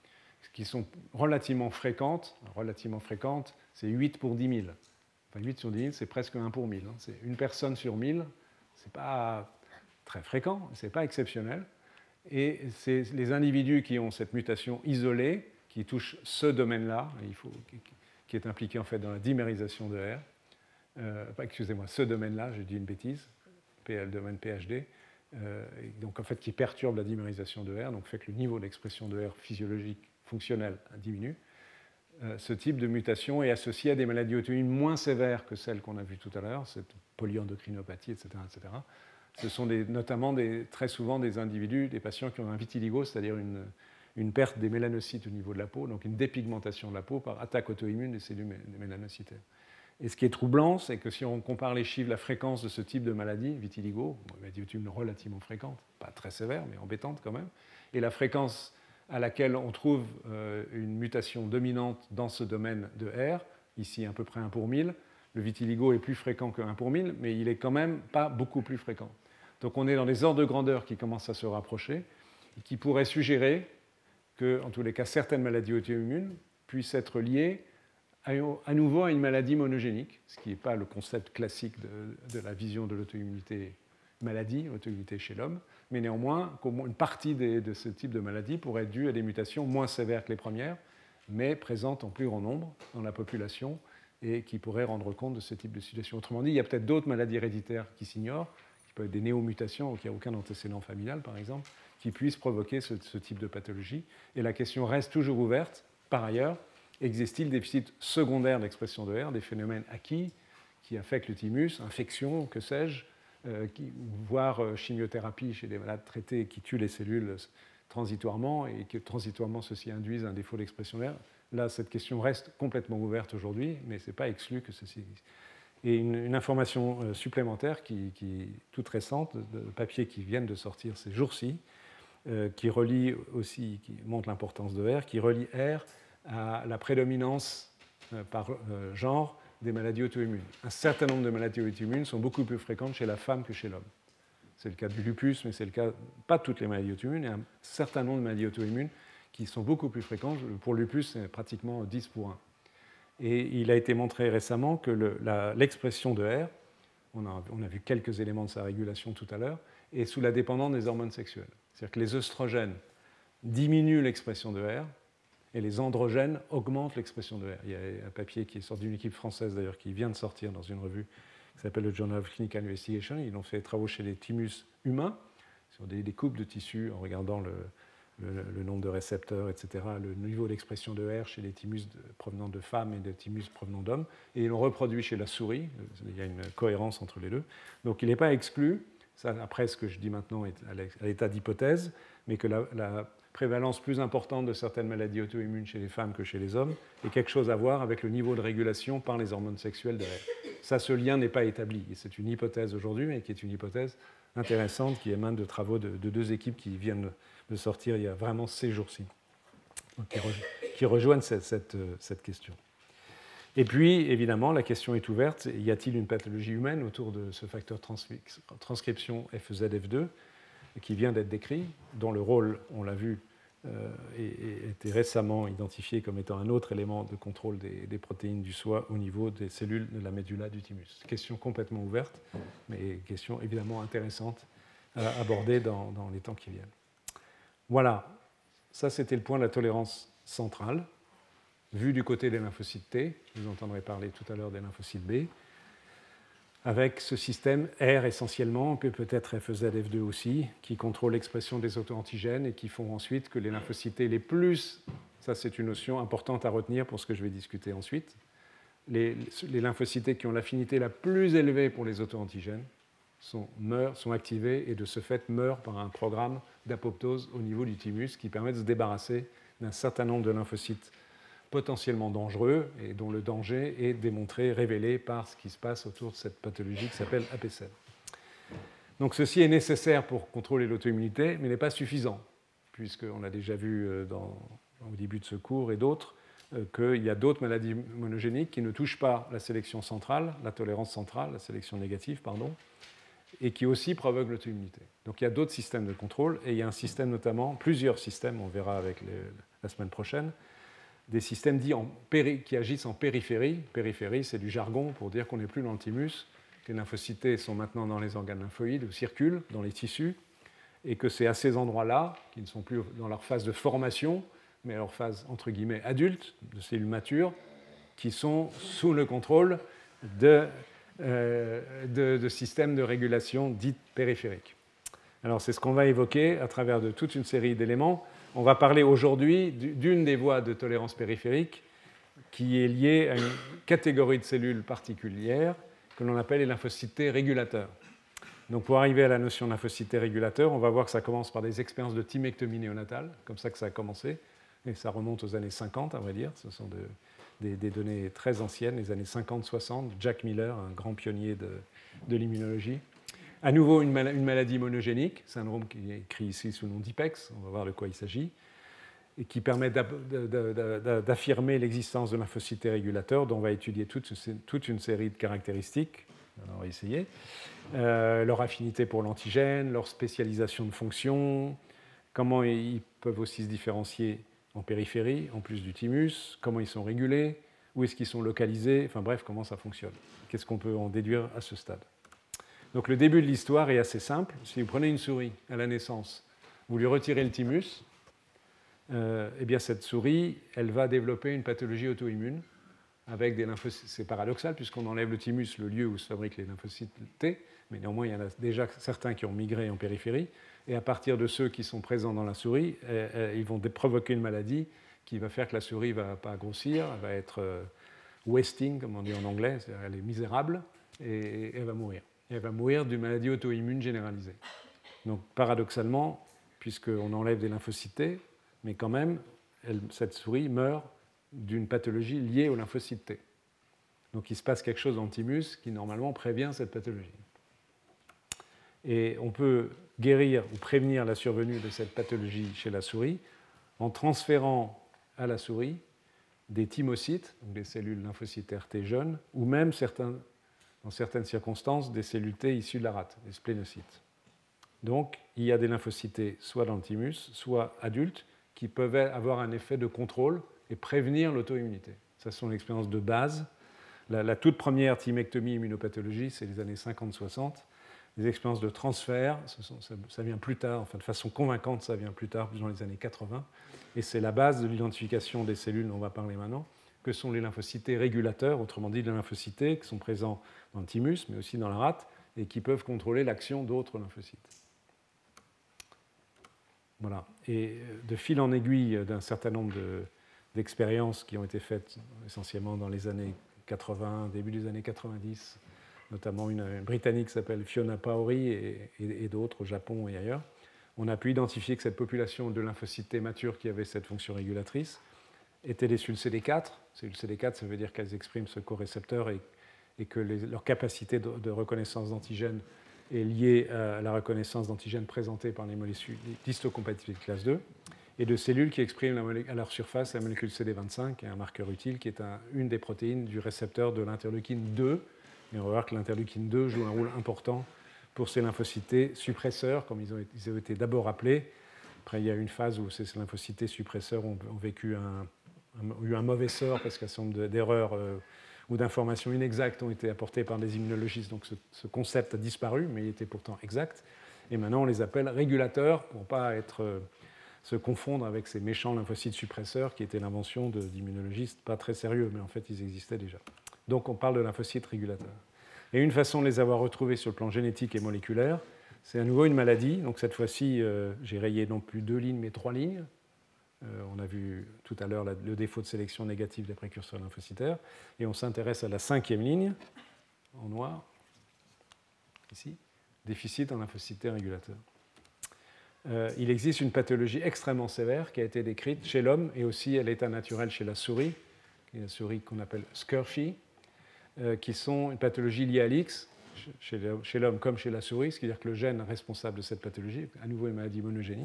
qui sont relativement fréquentes. Relativement fréquentes, c'est huit pour dix mille. Enfin, huit sur dix mille, c'est presque un pour mille. Hein. C'est une personne sur mille, ce n'est pas très fréquent, ce n'est pas exceptionnel. Et c'est les individus qui ont cette mutation isolée, qui touche ce domaine-là, il faut, qui est impliqué en fait dans la dimérisation de R, euh, excusez-moi, ce domaine-là, j'ai dit une bêtise, P L domaine P H D, euh, donc en fait qui perturbe la dimérisation de R, donc fait que le niveau d'expression de R physiologique fonctionnel diminue. Euh, ce type de mutation est associé à des maladies auto-immunes moins sévères que celles qu'on a vues tout à l'heure, cette polyendocrinopathie, et cetera, et cetera. Ce sont des, notamment des, très souvent des individus, des patients qui ont un vitiligo, c'est-à-dire une, une perte des mélanocytes au niveau de la peau, donc une dépigmentation de la peau par attaque auto-immune des cellules mélanocytaires. Et ce qui est troublant, c'est que si on compare les chiffres, la fréquence de ce type de maladie, vitiligo, une maladie auto-immune relativement fréquente, pas très sévère, mais embêtante quand même, et la fréquence à laquelle on trouve euh, une mutation dominante dans ce domaine de R, ici à peu près un pour mille, le vitiligo est plus fréquent que un pour mille, mais il est quand même pas beaucoup plus fréquent. Donc on est dans des ordres de grandeur qui commencent à se rapprocher et qui pourraient suggérer que, en tous les cas, certaines maladies auto-immunes puissent être liées à, à nouveau à une maladie monogénique, ce qui n'est pas le concept classique de, de la vision de l'auto-immunité maladie, auto-immunité chez l'homme, mais néanmoins qu'au moins une partie des, de ce type de maladie pourrait être due à des mutations moins sévères que les premières, mais présentes en plus grand nombre dans la population et qui pourraient rendre compte de ce type de situation. Autrement dit, il y a peut-être d'autres maladies héréditaires qui s'ignorent, qui peuvent être des néomutations, qui n'ont aucun antécédent familial, par exemple, qui puissent provoquer ce, ce type de pathologie. Et la question reste toujours ouverte. Par ailleurs, existe-t-il des déficits secondaires d'expression de R, des phénomènes acquis qui affectent le thymus, infections, que sais-je, euh, qui, voire euh, chimiothérapie chez des malades traités qui tuent les cellules transitoirement et que transitoirement ceci induise un défaut d'expression de R. Là, cette question reste complètement ouverte aujourd'hui, mais ce n'est pas exclu que ceci existe. Et une, une information supplémentaire, qui, qui, toute récente, de, de papiers qui viennent de sortir ces jours-ci, euh, qui relie aussi, qui montre l'importance de R, qui relie R à la prédominance euh, par euh, genre des maladies auto-immunes. Un certain nombre de maladies auto-immunes sont beaucoup plus fréquentes chez la femme que chez l'homme. C'est le cas du lupus, mais c'est le cas, pas toutes les maladies auto-immunes, il y a un certain nombre de maladies auto-immunes qui sont beaucoup plus fréquentes. Pour le lupus, c'est pratiquement dix pour un. Et il a été montré récemment que le, la, l'expression de R, on a, on a vu quelques éléments de sa régulation tout à l'heure, est sous la dépendance des hormones sexuelles. C'est-à-dire que les œstrogènes diminuent l'expression de R et les androgènes augmentent l'expression de R. Il y a un papier qui est sorti d'une équipe française d'ailleurs qui vient de sortir dans une revue qui s'appelle le Journal of Clinical Investigation. Ils ont fait des travaux chez les thymus humains sur des, des coupes de tissus en regardant le, le, le nombre de récepteurs, et cetera, le niveau d'expression de R chez les thymus de, provenant de femmes et des thymus provenant d'hommes. Et ils l'ont reproduit chez la souris. Il y a une cohérence entre les deux. Donc il n'est pas exclu, ça, après ce que je dis maintenant est à l'état d'hypothèse, mais que la, la prévalence plus importante de certaines maladies auto-immunes chez les femmes que chez les hommes est quelque chose à voir avec le niveau de régulation par les hormones sexuelles de R. Ça, ce lien n'est pas établi. Et c'est une hypothèse aujourd'hui, mais qui est une hypothèse intéressante qui émane de travaux de, de deux équipes qui viennent de sortir il y a vraiment ces jours-ci, qui, rejo- qui rejoignent cette, cette, cette question. Et puis, évidemment, la question est ouverte. Y a-t-il une pathologie humaine autour de ce facteur trans- transcription F Z F deux qui vient d'être décrit, dont le rôle, on l'a vu, euh, a été récemment identifié comme étant un autre élément de contrôle des, des protéines du soi au niveau des cellules de la médulla du thymus. Question complètement ouverte, mais question évidemment intéressante à aborder dans, dans les temps qui viennent. Voilà, ça c'était le point de la tolérance centrale, vu du côté des lymphocytes T, vous entendrez parler tout à l'heure des lymphocytes B, avec ce système R essentiellement, puis peut-être F Z F deux aussi, qui contrôle l'expression des auto-antigènes et qui font ensuite que les lymphocytes T les plus, ça c'est une notion importante à retenir pour ce que je vais discuter ensuite, les, les lymphocytes T qui ont l'affinité la plus élevée pour les auto-antigènes sont, meurent, sont activés et de ce fait meurent par un programme d'apoptose au niveau du thymus qui permet de se débarrasser d'un certain nombre de lymphocytes potentiellement dangereux et dont le danger est démontré, révélé par ce qui se passe autour de cette pathologie qui s'appelle A P C E D. Donc ceci est nécessaire pour contrôler l'auto-immunité, mais n'est pas suffisant, puisqu'on a déjà vu dans, au début de ce cours et d'autres euh, qu'il y a d'autres maladies monogéniques qui ne touchent pas la sélection centrale, la tolérance centrale, la sélection négative, pardon, et qui aussi provoquent l'auto-immunité. Donc il y a d'autres systèmes de contrôle, et il y a un système notamment, plusieurs systèmes, on verra avec les, la semaine prochaine, des systèmes dits en péri, qui agissent en périphérie. Périphérie, c'est du jargon pour dire qu'on n'est plus dans le thymus, que les lymphocytes sont maintenant dans les organes lymphoïdes, ou circulent dans les tissus, et que c'est à ces endroits-là, qui ne sont plus dans leur phase de formation, mais à leur phase, entre guillemets, adulte, de cellules matures, qui sont sous le contrôle de, euh, de, de systèmes de régulation dits périphériques. Alors c'est ce qu'on va évoquer à travers de toute une série d'éléments. On va parler aujourd'hui d'une des voies de tolérance périphérique qui est liée à une catégorie de cellules particulières que l'on appelle les lymphocytes régulateurs. Donc pour arriver à la notion de lymphocytes régulateurs, on va voir que ça commence par des expériences de thymectomie néonatale, comme ça que ça a commencé, et ça remonte aux années cinquante, à vrai dire. Ce sont de, des, des données très anciennes, les années cinquante soixante. Jack Miller, un grand pionnier de, de l'immunologie. À nouveau, une, mal, une maladie monogénique, syndrome qui est écrit ici sous le nom d'IPEX, on va voir de quoi il s'agit, et qui permet d'affirmer l'existence de lymphocytes régulateurs, dont on va étudier toute, toute une série de caractéristiques. Alors, on va essayer. Euh, leur affinité pour l'antigène, leur spécialisation de fonction, comment ils peuvent aussi se différencier en périphérie, en plus du thymus, comment ils sont régulés, où est-ce qu'ils sont localisés, enfin bref, comment ça fonctionne. Qu'est-ce qu'on peut en déduire à ce stade? Donc le début de l'histoire est assez simple. Si vous prenez une souris à la naissance, vous lui retirez le thymus, euh, eh bien cette souris, elle va développer une pathologie auto-immune avec des lymphocytes. C'est paradoxal puisqu'on enlève le thymus, le lieu où se fabriquent les lymphocytes T, mais néanmoins il y en a déjà certains qui ont migré en périphérie, et à partir de ceux qui sont présents dans la souris, euh, euh, ils vont provoquer une maladie qui va faire que la souris ne va pas grossir, elle va être euh, wasting, comme on dit en anglais, c'est-à-dire elle est misérable, et, et elle va mourir. Et elle va mourir d'une maladie auto-immune généralisée. Donc paradoxalement, puisqu'on enlève des lymphocytes T, mais quand même, elle, cette souris meurt d'une pathologie liée aux lymphocytes T. Donc il se passe quelque chose dans le thymus qui normalement prévient cette pathologie. Et on peut guérir ou prévenir la survenue de cette pathologie chez la souris en transférant à la souris des thymocytes, donc des cellules lymphocytaires T jeunes, ou même certains, dans certaines circonstances des cellules T issues de la rate, des splénocytes. Donc il y a des lymphocytes T soit dans le thymus, soit adultes, qui peuvent avoir un effet de contrôle et prévenir l'auto-immunité. Ça, ce sont l'expérience de base. La, la toute première thymectomie immunopathologie, c'est les années cinquante soixante. Les expériences de transfert, ce sont, ça, ça vient plus tard, enfin de façon convaincante, ça vient plus tard, plus dans les années quatre-vingts. Et c'est la base de l'identification des cellules dont on va parler maintenant, que sont les lymphocytes régulateurs, autrement dit les lymphocytes qui sont présents dans le thymus, mais aussi dans la rate, et qui peuvent contrôler l'action d'autres lymphocytes. Voilà. Et de fil en aiguille d'un certain nombre de, d'expériences qui ont été faites essentiellement dans les années quatre-vingts, début des années quatre-vingt-dix, notamment une, une Britannique qui s'appelle Fiona Paori et, et, et d'autres au Japon et ailleurs, on a pu identifier que cette population de lymphocytes T matures qui avait cette fonction régulatrice étaient des cellules C D quatre. Cellules C D quatre, ça veut dire qu'elles expriment ce corécepteur et, et que les, leur capacité de, de reconnaissance d'antigènes est liée à la reconnaissance d'antigènes présentés par les molécules d'histocompatibilité classe deux, et de cellules qui expriment la à leur surface la molécule C D vingt-cinq, qui est un marqueur utile, qui est un, une des protéines du récepteur de l'interleukine deux. Et on va voir que l'interleukine deux joue un rôle important pour ces lymphocytes suppresseurs, comme ils ont, ils ont été d'abord appelés. Après, il y a eu une phase où ces lymphocytes suppresseurs ont, ont vécu un, un, eu un mauvais sort parce qu'un certain nombre d'erreurs euh, ou d'informations inexactes ont été apportées par des immunologistes. Donc ce, ce concept a disparu, mais il était pourtant exact. Et maintenant, on les appelle régulateurs pour ne pas être, euh, se confondre avec ces méchants lymphocytes suppresseurs qui étaient l'invention d'immunologistes pas très sérieux, mais en fait, ils existaient déjà. Donc on parle de lymphocytes régulateurs. Et une façon de les avoir retrouvés sur le plan génétique et moléculaire, c'est à nouveau une maladie. Donc cette fois-ci, euh, j'ai rayé non plus deux lignes, mais trois lignes. Euh, on a vu tout à l'heure le défaut de sélection négative des précurseurs lymphocytaires. Et on s'intéresse à la cinquième ligne, en noir, ici, déficit en lymphocytes régulateurs. Euh, il existe une pathologie extrêmement sévère qui a été décrite chez l'homme et aussi à l'état naturel chez la souris, qui est la souris qu'on appelle Scurfy, euh, qui sont une pathologie liée à l'X, chez l'homme comme chez la souris, ce qui veut dire que le gène responsable de cette pathologie, à nouveau une maladie monogénique,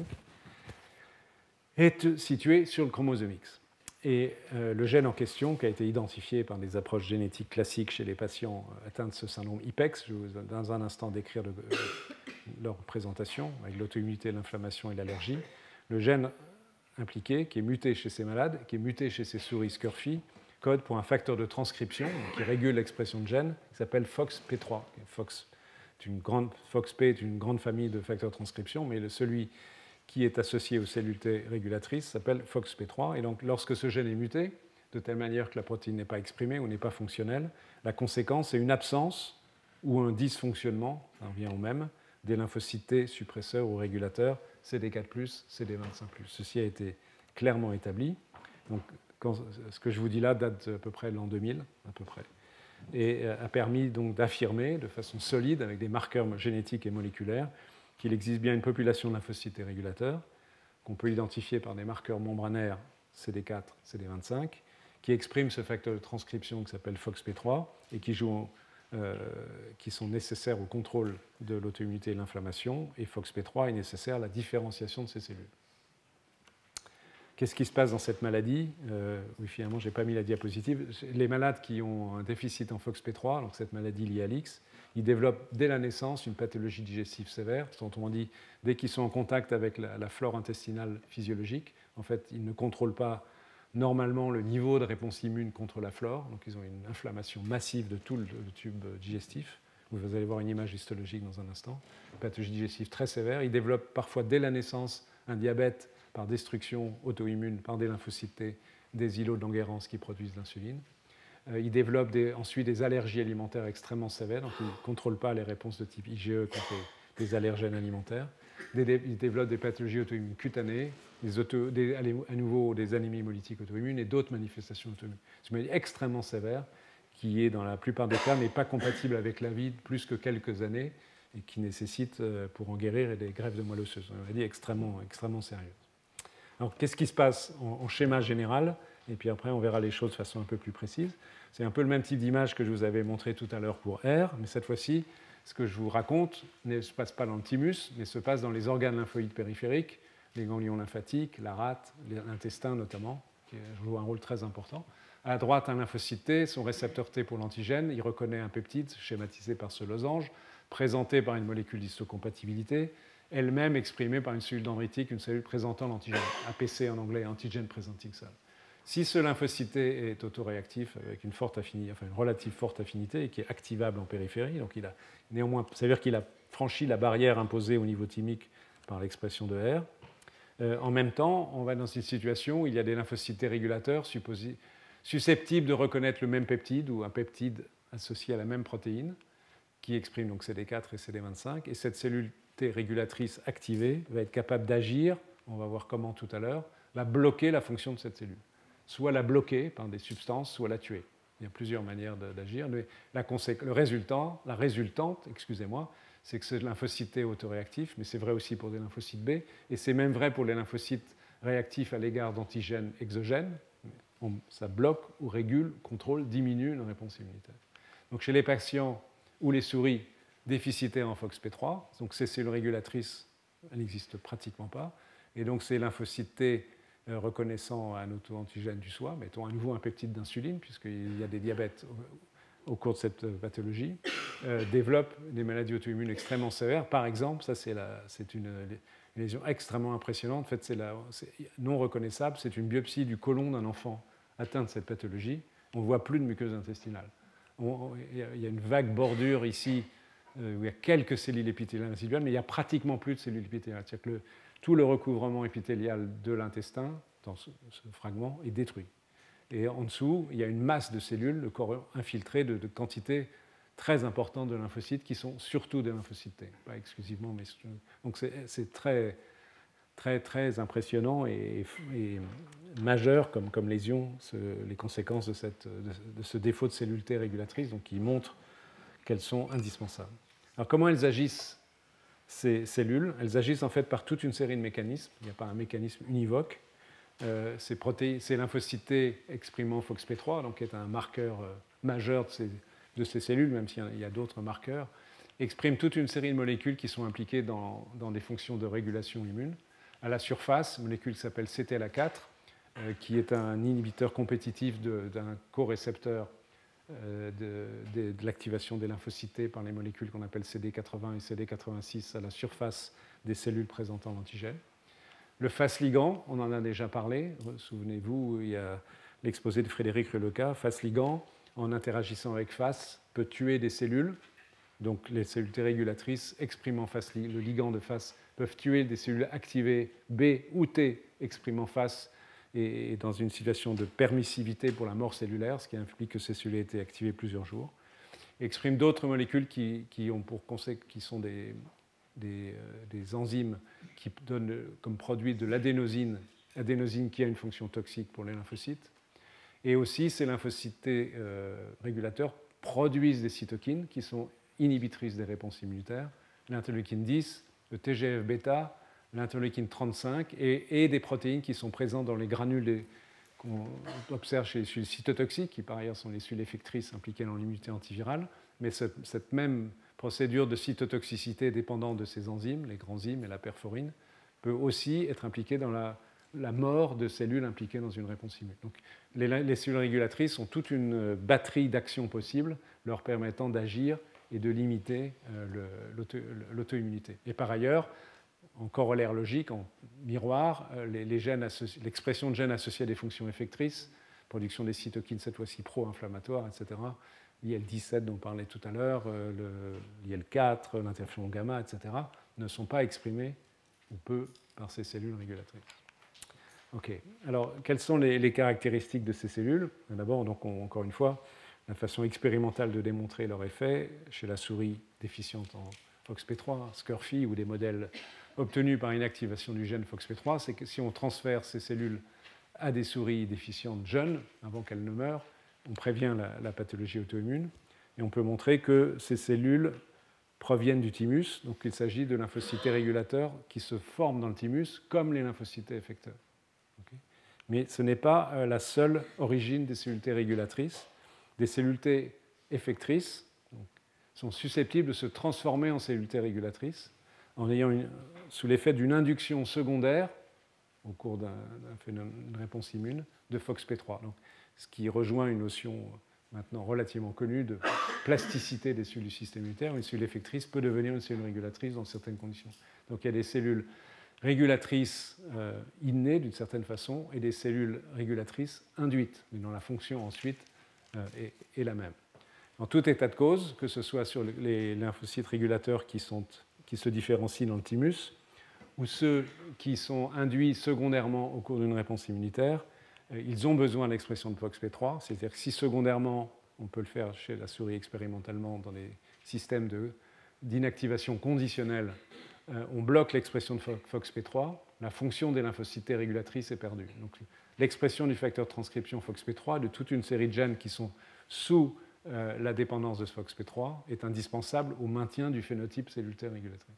est situé sur le chromosome X. Et euh, le gène en question, qui a été identifié par des approches génétiques classiques chez les patients atteints de ce syndrome I P E X, je vais dans un instant décrire le, euh, leur présentation, avec l'auto-immunité, l'inflammation et l'allergie. Le gène impliqué, qui est muté chez ces malades, qui est muté chez ces souris Scurfy, code pour un facteur de transcription qui régule l'expression de gènes, qui s'appelle F O X P trois. Fox, est une grande, F O X P est une grande famille de facteurs de transcription, mais le, celui qui est associé aux cellules T régulatrices s'appelle F O X P trois. Et donc, lorsque ce gène est muté, de telle manière que la protéine n'est pas exprimée ou n'est pas fonctionnelle, la conséquence est une absence ou un dysfonctionnement, ça revient au même, des lymphocytes T suppresseurs ou régulateurs C D quatre plus, C D vingt-cinq plus. Ceci a été clairement établi. Donc, quand, ce que je vous dis là date à peu près de l'an deux mille, à peu près, et a permis donc d'affirmer de façon solide, avec des marqueurs génétiques et moléculaires, qu'il existe bien une population de lymphocytes T régulateurs, qu'on peut identifier par des marqueurs membranaires C D quatre, C D vingt-cinq, qui expriment ce facteur de transcription qui s'appelle F O X P trois et qui, jouent, euh, qui sont nécessaires au contrôle de l'auto-immunité et de l'inflammation, et F O X P trois est nécessaire à la différenciation de ces cellules. Qu'est-ce qui se passe dans cette maladie ? euh, Oui, finalement, je n'ai pas mis la diapositive. Les malades qui ont un déficit en F O X P trois, donc cette maladie liée à l'I X, ils développent dès la naissance une pathologie digestive sévère. Autrement dit, dès qu'ils sont en contact avec la, la flore intestinale physiologique, en fait, ils ne contrôlent pas normalement le niveau de réponse immune contre la flore. Donc, ils ont une inflammation massive de tout le, le tube digestif. Vous allez voir une image histologique dans un instant. Une pathologie digestive très sévère. Ils développent parfois dès la naissance un diabète par destruction auto-immune par des lymphocytes T, des îlots de Langerhans qui produisent l'insuline. Euh, ils développent des, ensuite des allergies alimentaires extrêmement sévères, donc ils ne contrôlent pas les réponses de type I G E contre des, des allergènes alimentaires. Des, des, ils développent des pathologies auto-immunes cutanées, des auto, des, à nouveau des anémies hémolytiques auto-immunes et d'autres manifestations auto-immunes. C'est une maladie extrêmement sévère qui est, dans la plupart des cas, n'est pas compatible avec la vie de plus que quelques années et qui nécessite, pour en guérir, des greffes de moelle osseuse. C'est une maladie extrêmement, extrêmement sérieuse. Alors, qu'est-ce qui se passe en, en schéma général ? Et puis après, on verra les choses de façon un peu plus précise. C'est un peu le même type d'image que je vous avais montré tout à l'heure pour R, mais cette fois-ci, ce que je vous raconte ne se passe pas dans le thymus, mais se passe dans les organes lymphoïdes périphériques, les ganglions lymphatiques, la rate, l'intestin notamment, qui joue un rôle très important. À droite, un lymphocyte T, son récepteur T pour l'antigène, il reconnaît un peptide schématisé par ce losange, présenté par une molécule d'histocompatibilité, elle-même exprimée par une cellule dendritique, une cellule présentant l'antigène, A P C en anglais, Antigen Presenting Cell. Si ce lymphocyte T est autoréactif avec une, forte affinité, enfin une relative forte affinité et qui est activable en périphérie, donc il a néanmoins, ça veut dire qu'il a franchi la barrière imposée au niveau thymique par l'expression de R. Euh, en même temps, on va dans une situation où il y a des lymphocytes T régulateurs supposés, susceptibles de reconnaître le même peptide ou un peptide associé à la même protéine qui exprime donc C D quatre et C D vingt-cinq, et cette cellule T régulatrice activée va être capable d'agir, on va voir comment tout à l'heure, va bloquer la fonction de cette cellule. Soit la bloquer par des substances, soit la tuer. Il y a plusieurs manières d'agir. Mais la conséqu... le résultat, la résultante, excusez-moi, c'est que ce lymphocyte T est autoréactif, mais c'est vrai aussi pour des lymphocytes B, et c'est même vrai pour les lymphocytes réactifs à l'égard d'antigènes exogènes. On, ça bloque ou régule, contrôle, diminue la réponse immunitaire. Donc chez les patients ou les souris déficitaires en F O X P trois, donc ces cellules régulatrices, elles n'existent pratiquement pas, et donc ces lymphocytes T euh, reconnaissant un auto-antigène du soi, mettons à nouveau un peptide d'insuline, puisqu'il y a des diabètes au, au cours de cette pathologie, euh, développent des maladies auto-immunes extrêmement sévères. Par exemple, ça c'est, la, c'est une, une lésion extrêmement impressionnante, en fait c'est, la, c'est non reconnaissable, c'est une biopsie du côlon d'un enfant atteint de cette pathologie. On ne voit plus de muqueuse intestinale. On, il y a une vague bordure ici euh, où il y a quelques cellules épithéliales résiduelles, mais il n'y a pratiquement plus de cellules épithéliales. C'est-à-dire que le, tout le recouvrement épithélial de l'intestin, dans ce, ce fragment, est détruit. Et en dessous, il y a une masse de cellules, le corps infiltré de, de quantités très importantes de lymphocytes, qui sont surtout des lymphocytes T, pas exclusivement, mais donc c'est, c'est très, très, très impressionnant et, et majeur comme, comme lésion, ce, les conséquences de, cette, de, de ce défaut de cellules T régulatrices, donc qui montrent qu'elles sont indispensables. Alors comment elles agissent, ces cellules? Elles agissent en fait par toute une série de mécanismes. Il n'y a pas un mécanisme univoque. Euh, ces, protéines, ces lymphocytes T exprimant F O X P trois, donc qui est un marqueur euh, majeur de ces de ces cellules, même s'il y a d'autres marqueurs, exprime toute une série de molécules qui sont impliquées dans, dans des fonctions de régulation immune. À la surface, une molécule qui s'appelle C T L A quatre, euh, qui est un inhibiteur compétitif d'un corécepteur euh, de, de, de l'activation des lymphocytes par les molécules qu'on appelle C D quatre-vingts et C D quatre-vingt-six à la surface des cellules présentant l'antigène. Le Fas-ligand, on en a déjà parlé, souvenez-vous, il y a l'exposé de Frédéric Relecas. Fas-ligand, en interagissant avec Fas, peut tuer des cellules. Donc les cellules T régulatrices exprimant Fas, le ligand de Fas, peuvent tuer des cellules activées B ou T exprimant Fas, et dans une situation de permissivité pour la mort cellulaire, ce qui implique que ces cellules aient été activées plusieurs jours. Et exprime d'autres molécules qui, qui, ont pour conséquence, qui sont des, des, euh, des enzymes qui donnent comme produit de l'adénosine, adénosine qui a une fonction toxique pour les lymphocytes. Et aussi, ces lymphocytes euh, régulateurs produisent des cytokines qui sont inhibitrices des réponses immunitaires, l'interleukine dix, le T G F bêta, l'interleukine trente-cinq et, et des protéines qui sont présentes dans les granules qu'on observe chez les cellules cytotoxiques, qui par ailleurs sont les cellules effectrices impliquées dans l'immunité antivirale. Mais cette, cette même procédure de cytotoxicité dépendant de ces enzymes, les granzymes et la perforine, peut aussi être impliquée dans la, la mort de cellules impliquées dans une réponse immune. Donc, les, les cellules régulatrices ont toute une batterie d'actions possibles leur permettant d'agir et de limiter euh, l'auto-immunité. Et par ailleurs, en corollaire logique, en miroir, les, les l'expression de gènes associés à des fonctions effectrices, production des cytokines cette fois-ci pro-inflammatoires, et cetera, l'I L dix-sept dont on parlait tout à l'heure, l'I L quatre, l'interféron gamma, et cetera, ne sont pas exprimés ou peu par ces cellules régulatrices. OK. Alors, quelles sont les, les caractéristiques de ces cellules? D'abord, donc, on, encore une fois, la façon expérimentale de démontrer leur effet chez la souris déficiente en F O X P trois, Scurfy, ou des modèles obtenus par une activation du gène F O X P trois, c'est que si on transfère ces cellules à des souris déficientes jeunes, avant qu'elles ne meurent, on prévient la, la pathologie auto-immune. Et on peut montrer que ces cellules proviennent du thymus, donc il s'agit de lymphocytes régulateurs qui se forment dans le thymus comme les lymphocytes effecteurs. Okay. Mais ce n'est pas la seule origine des cellules T régulatrices. Des cellules T effectrices donc, sont susceptibles de se transformer en cellules T régulatrices en ayant une, sous l'effet d'une induction secondaire au cours d'une un, réponse immune de F O X P trois. Donc, ce qui rejoint une notion maintenant relativement connue de plasticité des cellules du système immunitaire. Une cellule effectrice peut devenir une cellule régulatrice dans certaines conditions. Donc il y a des cellules régulatrices euh, innées d'une certaine façon et des cellules régulatrices induites, mais dont la fonction ensuite euh, est, est la même. En tout état de cause, que ce soit sur les lymphocytes régulateurs qui, sont, qui se différencient dans le thymus, ou ceux qui sont induits secondairement au cours d'une réponse immunitaire, ils ont besoin de l'expression de F O X P trois, c'est-à-dire que si secondairement, on peut le faire chez la souris expérimentalement dans des systèmes d'inactivation conditionnelle, euh, on bloque l'expression de F O X P trois, la fonction des lymphocytes régulatrices est perdue. Donc l'expression du facteur de transcription F O X P trois de toute une série de gènes qui sont sous euh, la dépendance de ce F O X P trois est indispensable au maintien du phénotype cellule T régulatrice.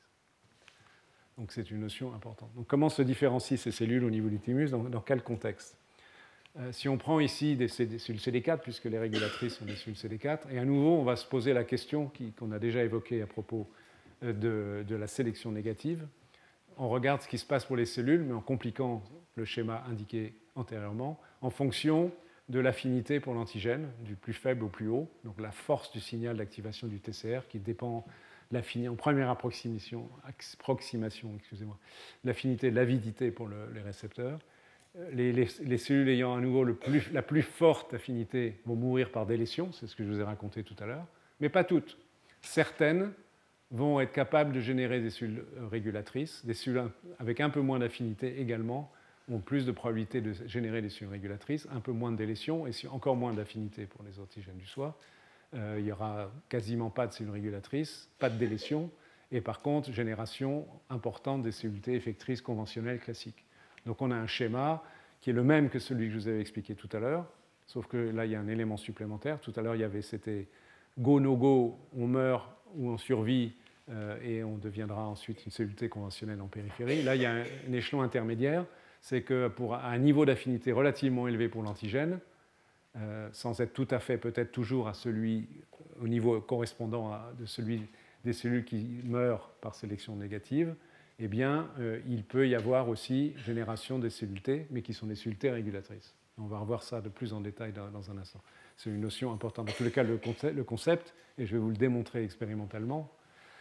Donc c'est une notion importante. Donc comment se différencient ces cellules au niveau du thymus, dans, dans quel contexte? Euh, si on prend ici des, des cellules C D quatre, puisque les régulatrices sont des cellules C D quatre, et à nouveau on va se poser la question qu'on a déjà évoquée à propos de, de la sélection négative. On regarde ce qui se passe pour les cellules, mais en compliquant le schéma indiqué antérieurement, en fonction de l'affinité pour l'antigène, du plus faible au plus haut, donc la force du signal d'activation du T C R qui dépend en première approximation, approximation excusez-moi, l'affinité de l'avidité pour le, les récepteurs. Les, les, les cellules ayant à nouveau le plus, la plus forte affinité vont mourir par délétion, c'est ce que je vous ai raconté tout à l'heure, mais pas toutes. Certaines vont être capables de générer des cellules régulatrices, des cellules avec un peu moins d'affinité également ont plus de probabilité de générer des cellules régulatrices, un peu moins de délétion et encore moins d'affinité pour les antigènes du soi. Euh, il n'y aura quasiment pas de cellules régulatrices, pas de délétion, et par contre, génération importante des cellules T effectrices conventionnelles classiques. Donc on a un schéma qui est le même que celui que je vous avais expliqué tout à l'heure, sauf que là, il y a un élément supplémentaire. Tout à l'heure, il y avait, c'était go, no go, on meurt ou on survit, euh, et on deviendra ensuite une cellule T conventionnelle en périphérie. Là, il y a un, un échelon intermédiaire, c'est que pour un niveau d'affinité relativement élevé pour l'antigène, euh, sans être tout à fait peut-être toujours à celui, au niveau correspondant à de celui des cellules qui meurent par sélection négative, eh bien, euh, il peut y avoir aussi génération des cellules T, mais qui sont des cellules T régulatrices. On va revoir ça de plus en détail dans, dans un instant. C'est une notion importante. Dans tous les cas, le concept, le concept, et je vais vous le démontrer expérimentalement,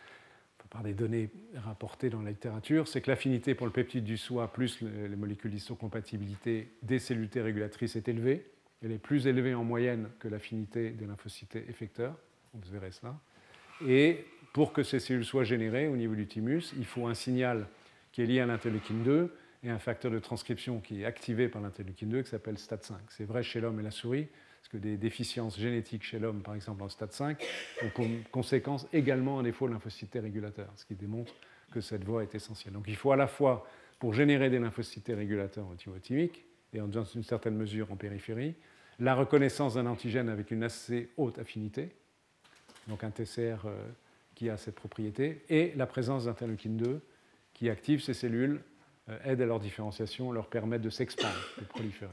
par des données rapportées dans la littérature, c'est que l'affinité pour le peptide du S O A plus les molécules d'histocompatibilité des cellules T régulatrices est élevée. Elle est plus élevée en moyenne que l'affinité des lymphocytes effecteurs. Vous verrez cela. Et pour que ces cellules soient générées au niveau du thymus, il faut un signal qui est lié à l'interleukine deux et un facteur de transcription qui est activé par l'interleukine deux qui s'appelle S T A T cinq. C'est vrai chez l'homme et la souris, parce que des déficiences génétiques chez l'homme, par exemple en S T A T cinq, ont comme conséquence également un défaut de lymphocytes T régulateurs, ce qui démontre que cette voie est essentielle. Donc il faut à la fois, pour générer des lymphocytes T régulateurs au niveau thymique, et dans une certaine mesure en périphérie, la reconnaissance d'un antigène avec une assez haute affinité, donc un T C R euh, qui a cette propriété, et la présence d'interleukine deux qui active ces cellules, euh, aide à leur différenciation, leur permet de s'expandre, de proliférer.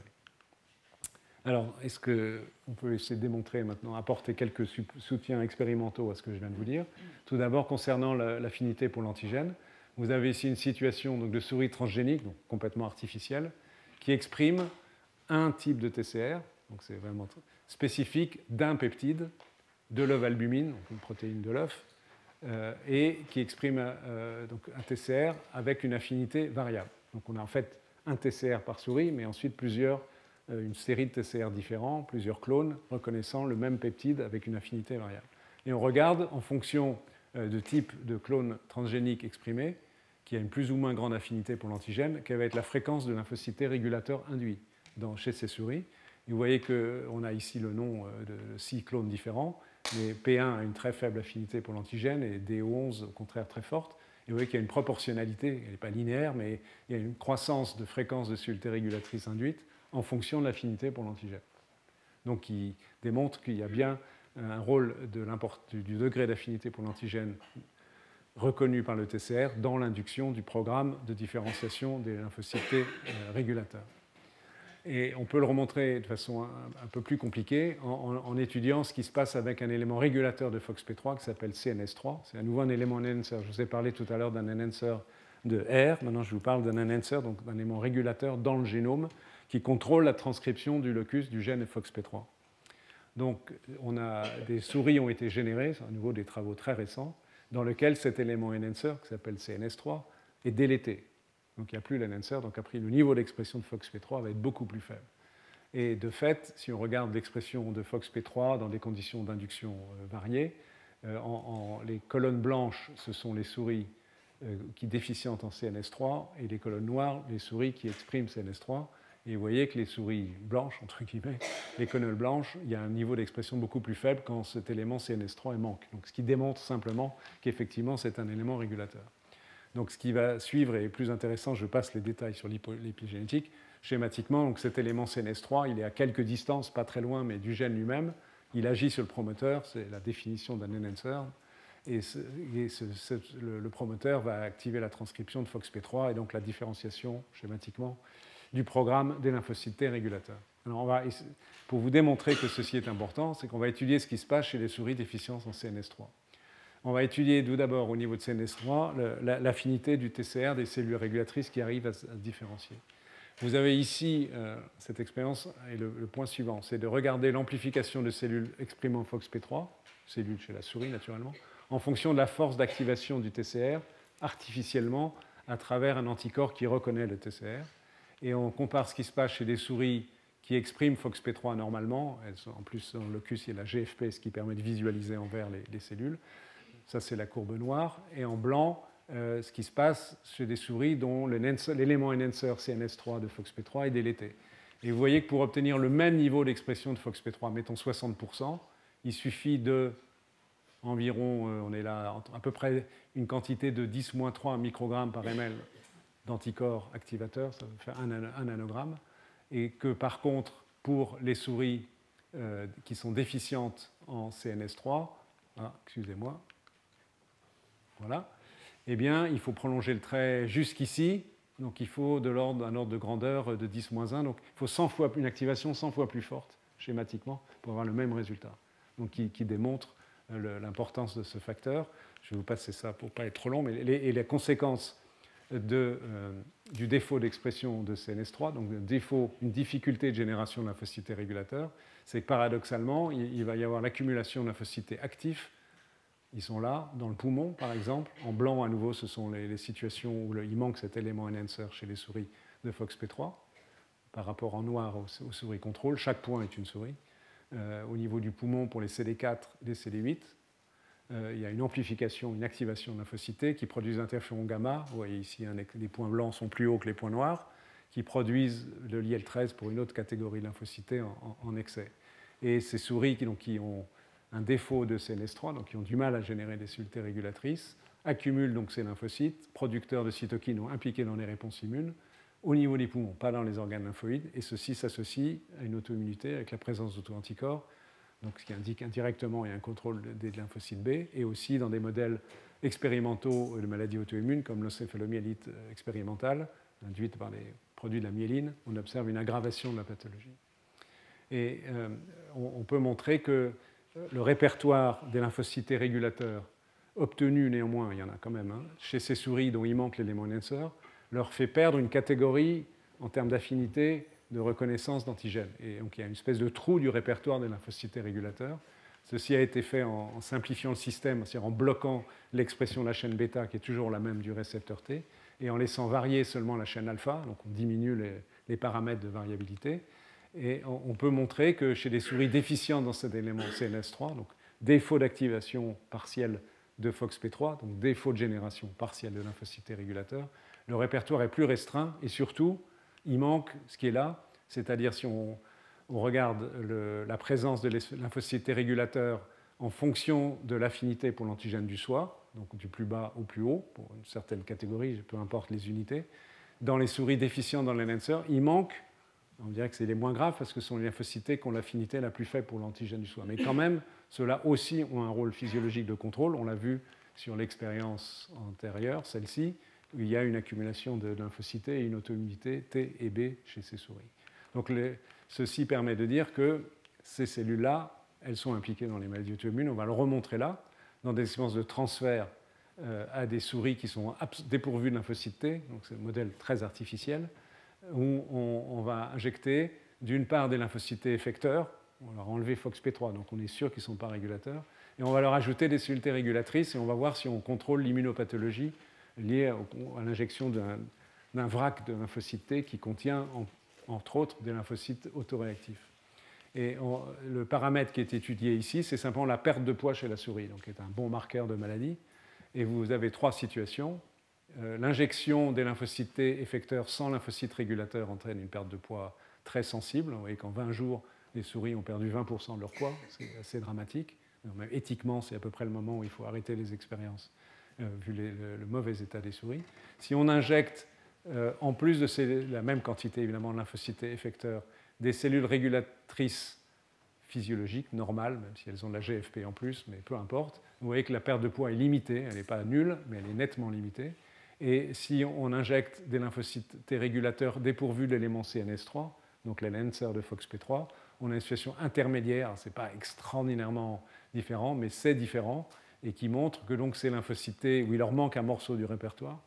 Alors, est-ce qu'on peut essayer de démontrer maintenant, apporter quelques soutiens expérimentaux à ce que je viens de vous dire? Tout d'abord, concernant l'affinité pour l'antigène, vous avez ici une situation donc, de souris transgénique, donc complètement artificielle, qui exprime un type de T C R, donc c'est vraiment spécifique d'un peptide, de l'œuf albumine, donc une protéine de l'œuf, euh, et qui exprime euh, donc un T C R avec une affinité variable. Donc on a en fait un T C R par souris, mais ensuite plusieurs, euh, une série de T C R différents, plusieurs clones reconnaissant le même peptide avec une affinité variable. Et on regarde en fonction euh, de type de clone transgénique exprimé, qui a une plus ou moins grande affinité pour l'antigène, quelle va être la fréquence de lymphocytes T régulateurs induits dans, chez ces souris. Et vous voyez qu'on a ici le nom de six clones différents, mais P un a une très faible affinité pour l'antigène et D onze, au contraire, très forte. Et vous voyez qu'il y a une proportionnalité, elle n'est pas linéaire, mais il y a une croissance de fréquence de cellules T régulatrices induites en fonction de l'affinité pour l'antigène. Donc, qui démontre qu'il y a bien un rôle de du degré d'affinité pour l'antigène reconnu par le T C R dans l'induction du programme de différenciation des lymphocytes T régulateurs. Et on peut le remontrer de façon un, un peu plus compliquée en, en, en étudiant ce qui se passe avec un élément régulateur de F O X P trois qui s'appelle C N S trois. C'est à nouveau un élément enhancer. Je vous ai parlé tout à l'heure d'un enhancer de R. Maintenant, je vous parle d'un enhancer, donc d'un élément régulateur dans le génome qui contrôle la transcription du locus du gène F O X P trois. Donc, on a, des souris ont été générées, c'est à nouveau des travaux très récents, dans lesquels cet élément enhancer, qui s'appelle C N S trois, est délété. Donc il n'y a plus l'enhancer, donc après le niveau d'expression de F O X P trois va être beaucoup plus faible. Et de fait, si on regarde l'expression de F O X P trois dans des conditions d'induction euh, variées, euh, en, en, les colonnes blanches, ce sont les souris euh, qui déficientent en C N S trois, et les colonnes noires, les souris qui expriment C N S trois. Et vous voyez que les souris blanches, entre guillemets, les colonnes blanches, il y a un niveau d'expression beaucoup plus faible quand cet élément C N S trois manque. Donc, ce qui démontre simplement qu'effectivement, c'est un élément régulateur. Donc, ce qui va suivre est plus intéressant, je passe les détails sur l'épigénétique. Schématiquement, donc cet élément C N S trois, il est à quelques distances, pas très loin, mais du gène lui-même. Il agit sur le promoteur, c'est la définition d'un enhancer. Et, ce, et ce, ce, le, le promoteur va activer la transcription de F O X P trois et donc la différenciation, schématiquement, du programme des lymphocytes T régulateurs. Alors, on va, pour vous démontrer que ceci est important, c'est qu'on va étudier ce qui se passe chez les souris déficientes en C N S trois. On va étudier tout d'abord au niveau de C N S trois l'affinité du T C R des cellules régulatrices qui arrivent à se différencier. Vous avez ici euh, cette expérience, et le, le point suivant, c'est de regarder l'amplification de cellules exprimant F O X P trois, cellules chez la souris naturellement, en fonction de la force d'activation du T C R artificiellement à travers un anticorps qui reconnaît le T C R. Et on compare ce qui se passe chez des souris qui expriment F O X P trois normalement. Elles sont, en plus, dans le locus, il y a la G F P, ce qui permet de visualiser en vert les, les cellules. Ça, c'est la courbe noire. Et en blanc, euh, ce qui se passe chez des souris dont l'élément enhancer C N S trois de F O X P trois est délété. Et vous voyez que pour obtenir le même niveau d'expression de F O X P trois, mettons soixante pour cent, il suffit de environ, euh, on est là, à peu près une quantité de dix moins trois microgrammes par ml d'anticorps activateurs, ça veut faire un, un nanogramme. Et que par contre, pour les souris euh, qui sont déficientes en C N S trois, ah, excusez-moi, voilà, eh bien, il faut prolonger le trait jusqu'ici, donc il faut de l'ordre d'un ordre de grandeur de dix moins un, donc il faut cent fois, une activation cent fois plus forte schématiquement, pour avoir le même résultat. Donc qui, qui démontre euh, l'importance de ce facteur. Je vais vous passer ça pour ne pas être trop long, mais les, et les conséquences de, euh, du défaut d'expression de C N S trois, donc défaut, une difficulté de génération de lymphocytes régulateurs, c'est que paradoxalement, il, il va y avoir l'accumulation de lymphocytes actifs. Ils sont là, dans le poumon, par exemple. En blanc, à nouveau, ce sont les, les situations où le, il manque cet élément enhancer chez les souris de F O X P trois, par rapport en noir aux, aux souris contrôle. Chaque point est une souris. Euh, au niveau du poumon, pour les C D quatre et les C D huit, euh, il y a une amplification, une activation de lymphocytes qui produisent l'interféron gamma. Vous voyez ici, hein, les points blancs sont plus hauts que les points noirs, qui produisent le I L treize pour une autre catégorie de lymphocytes en, en, en excès. Et ces souris qui, donc, qui ont un défaut de C N S trois, donc qui ont du mal à générer des cellules T régulatrices, accumulent donc ces lymphocytes, producteurs de cytokines ou impliqués dans les réponses immunes, au niveau des poumons, pas dans les organes lymphoïdes, et ceci s'associe à une auto-immunité avec la présence d'auto-anticorps, donc ce qui indique indirectement il y a un contrôle des lymphocytes B, et aussi dans des modèles expérimentaux de maladies auto-immunes, comme l'encéphalomyélite expérimentale, induite par les produits de la myéline, on observe une aggravation de la pathologie. Et euh, on, on peut montrer que le répertoire des lymphocytes régulateurs obtenus néanmoins, il y en a quand même, hein, chez ces souris dont il manque l'élément enhancer, leur fait perdre une catégorie en termes d'affinité de reconnaissance d'antigènes. Et donc il y a une espèce de trou du répertoire des lymphocytes régulateurs. Ceci a été fait en, en simplifiant le système, c'est-à-dire en bloquant l'expression de la chaîne bêta, qui est toujours la même du récepteur T, et en laissant varier seulement la chaîne alpha, donc on diminue les, les paramètres de variabilité. Et on, on peut montrer que chez des souris déficientes dans cet élément C N S trois, donc défaut d'activation partielle de F O X P trois, donc défaut de génération partielle de lymphocytes régulateurs, le répertoire est plus restreint et surtout, il manque ce qui est là, c'est-à-dire si on, on regarde le, la présence de lymphocytes régulateurs en fonction de l'affinité pour l'antigène du soi, donc du plus bas au plus haut, pour une certaine catégorie, peu importe les unités, dans les souris déficientes dans l'enhancer, il manque, on dirait que c'est les moins graves parce que ce sont les lymphocytes qui ont l'affinité la plus faible pour l'antigène du soi. Mais quand même, ceux-là aussi ont un rôle physiologique de contrôle, on l'a vu sur l'expérience antérieure, celle-ci, où il y a une accumulation de lymphocytes et une auto-immunité T et B chez ces souris. Donc les, ceci permet de dire que ces cellules-là, elles sont impliquées dans les maladies auto-immunes. On va le remontrer là, dans des séquences de transfert euh, à des souris qui sont dépourvues de lymphocytes T, donc c'est un modèle très artificiel, où on, on va injecter d'une part des lymphocytes T effecteurs, on leur a enlevé F O X P trois, donc on est sûr qu'ils ne sont pas régulateurs, et on va leur ajouter des cellules T régulatrices, et on va voir si on contrôle l'immunopathologie liée à l'injection d'un, d'un vrac de lymphocytes T qui contient, en, entre autres, des lymphocytes autoréactifs. Et on, le paramètre qui est étudié ici, c'est simplement la perte de poids chez la souris, donc qui est un bon marqueur de maladie. Et vous avez trois situations. Euh, l'injection des lymphocytes T effecteurs sans lymphocytes régulateurs entraîne une perte de poids très sensible. Vous voyez qu'en vingt jours, les souris ont perdu vingt pour cent de leur poids. C'est assez dramatique. Donc, même éthiquement, c'est à peu près le moment où il faut arrêter les expériences, euh, vu les, le, le mauvais état des souris. Si on injecte, euh, en plus de ces, la même quantité évidemment de lymphocytes T effecteurs, des cellules régulatrices physiologiques, normales, même si elles ont de la G F P en plus, mais peu importe, vous voyez que la perte de poids est limitée. Elle n'est pas nulle, mais elle est nettement limitée. Et si on injecte des lymphocytes T régulateurs dépourvus de l'élément C N S trois, donc l'enhancer de F O X P trois, on a une situation intermédiaire, ce n'est pas extraordinairement différent, mais c'est différent, et qui montre que donc ces lymphocytes T, où il leur manque un morceau du répertoire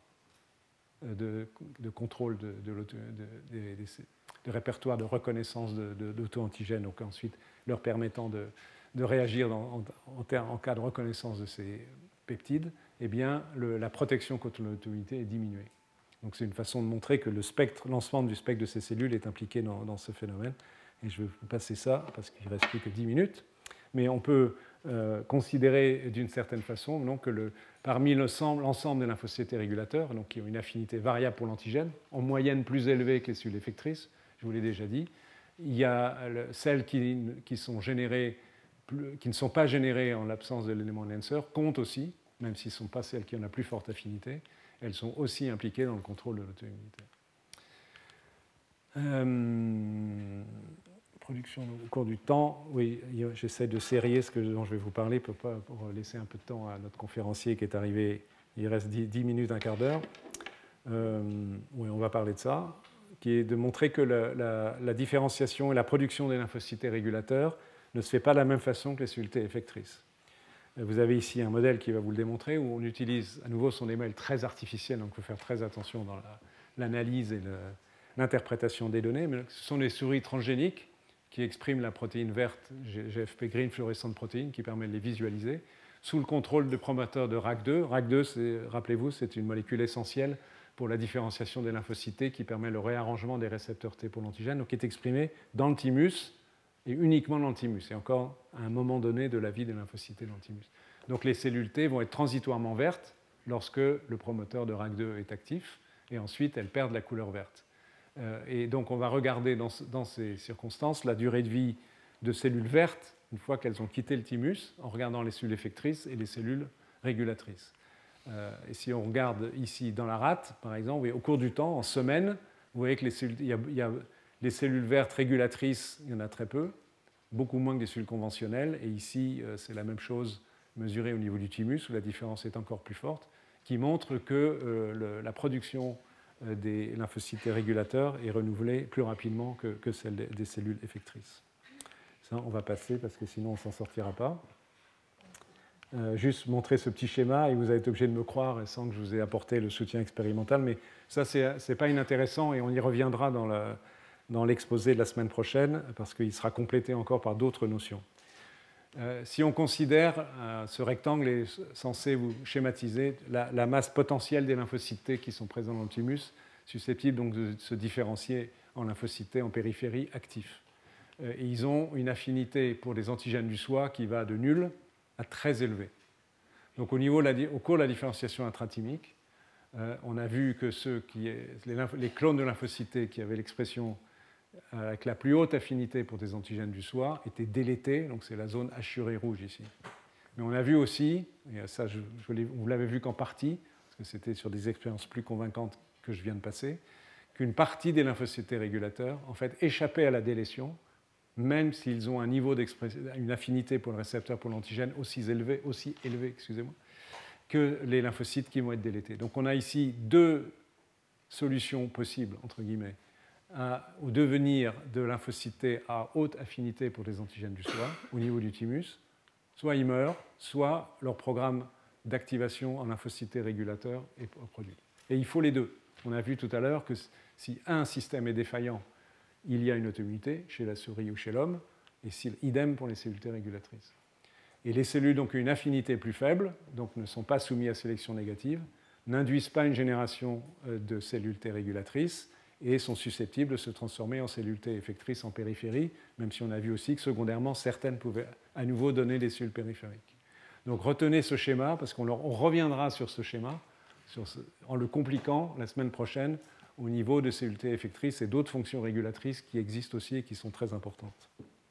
de, de contrôle de, de, de, de, de, de répertoire de reconnaissance de, de, d'auto-antigènes, donc ensuite leur permettant de, de réagir dans, en, en, en cas de reconnaissance de ces peptides, eh bien, le, la protection contre l'auto-immunité est diminuée. Donc c'est une façon de montrer que le spectre, l'ensemble du spectre de ces cellules est impliqué dans, dans ce phénomène. Et je vais vous passer ça parce qu'il ne reste plus que dix minutes. Mais on peut euh, considérer d'une certaine façon donc, que le, parmi l'ensemble, l'ensemble des lymphocytes régulateurs, donc, qui ont une affinité variable pour l'antigène, en moyenne plus élevée que les cellules effectrices, je vous l'ai déjà dit, il y a le, celles qui, qui, sont générées, plus, qui ne sont pas générées en l'absence de l'élément enhancer, comptent aussi, même s'ils ne sont pas celles qui ont la plus forte affinité, elles sont aussi impliquées dans le contrôle de l'auto-immunité. Euh, production au cours du temps, oui, j'essaie de serrer ce que, dont je vais vous parler pour, pas, pour laisser un peu de temps à notre conférencier qui est arrivé, il reste dix minutes, un quart d'heure. Euh, oui, on va parler de ça. qui est de montrer que la, la, la différenciation et la production des lymphocytes T régulateurs ne se fait pas de la même façon que les cellules T effectrices. Vous avez ici un modèle qui va vous le démontrer, où on utilise, à nouveau, ce sont des modèles très artificiels, donc il faut faire très attention dans la, l'analyse et le, l'interprétation des données, mais ce sont des souris transgéniques qui expriment la protéine verte G F P green fluorescente protéine qui permet de les visualiser sous le contrôle de promoteurs de R A C deux. R A C deux, rappelez-vous, c'est une molécule essentielle pour la différenciation des lymphocytes T qui permet le réarrangement des récepteurs T pour l'antigène, donc qui est exprimé dans le thymus et uniquement dans le thymus, et encore à un moment donné de la vie des lymphocytes T dans le thymus. Donc les cellules T vont être transitoirement vertes lorsque le promoteur de R A C deux est actif, et ensuite elles perdent la couleur verte. Euh, et donc on va regarder dans, dans ces circonstances la durée de vie de cellules vertes une fois qu'elles ont quitté le thymus, en regardant les cellules effectrices et les cellules régulatrices. Euh, et si on regarde ici dans la rate, par exemple, au cours du temps, en semaine, vous voyez que les cellules, il y a, il y a les cellules vertes régulatrices, il y en a très peu, beaucoup moins que des cellules conventionnelles. Et ici, euh, c'est la même chose mesurée au niveau du thymus, où la différence est encore plus forte, qui montre que euh, le, la production euh, des lymphocytes régulateurs est renouvelée plus rapidement que, que celle des, des cellules effectrices. Ça, on va passer parce que sinon on ne s'en sortira pas. Euh, juste montrer ce petit schéma, et vous avez été obligé de me croire sans que je vous ai apporté le soutien expérimental, mais ça, ce n'est pas inintéressant, et on y reviendra dans, la, dans l'exposé de la semaine prochaine, parce qu'il sera complété encore par d'autres notions. Euh, si on considère, euh, ce rectangle est censé vous schématiser la, la masse potentielle des lymphocytes T qui sont présents dans le thymus, susceptibles donc de se différencier en lymphocytes T en périphérie actifs. Euh, et ils ont une affinité pour les antigènes du soi qui va de nul à très élevé. Donc au, niveau la, au cours de la différenciation intrathymique, euh, on a vu que ceux qui, les, les clones de lymphocytes T qui avaient l'expression euh, avec la plus haute affinité pour des antigènes du soi étaient délétés, donc c'est la zone hachurée rouge ici. Mais on a vu aussi, et ça je, je vous l'avez vu qu'en partie, parce que c'était sur des expériences plus convaincantes que je viens de passer, qu'une partie des lymphocytes T régulateurs en fait échappaient à la délétion, même s'ils ont un niveau d'expression, une affinité pour le récepteur pour l'antigène aussi élevé, aussi élevé excusez-moi, que les lymphocytes qui vont être délétés. Donc on a ici deux solutions possibles, entre guillemets, à, au devenir de lymphocytes T à haute affinité pour les antigènes du soi, au niveau du thymus. Soit ils meurent, soit leur programme d'activation en lymphocytes T régulateurs est produit. Et il faut les deux. On a vu tout à l'heure que si un système est défaillant, il y a une autoimmunité chez la souris ou chez l'homme, et si, idem pour les cellules T régulatrices. Et les cellules donc une affinité plus faible, donc ne sont pas soumises à sélection négative, n'induisent pas une génération de cellules T régulatrices et sont susceptibles de se transformer en cellules T effectrices en périphérie, même si on a vu aussi que secondairement, certaines pouvaient à nouveau donner des cellules périphériques. Donc retenez ce schéma, parce qu'on on reviendra sur ce schéma, sur ce, en le compliquant la semaine prochaine, au niveau de cellules T effectrices et d'autres fonctions régulatrices qui existent aussi et qui sont très importantes.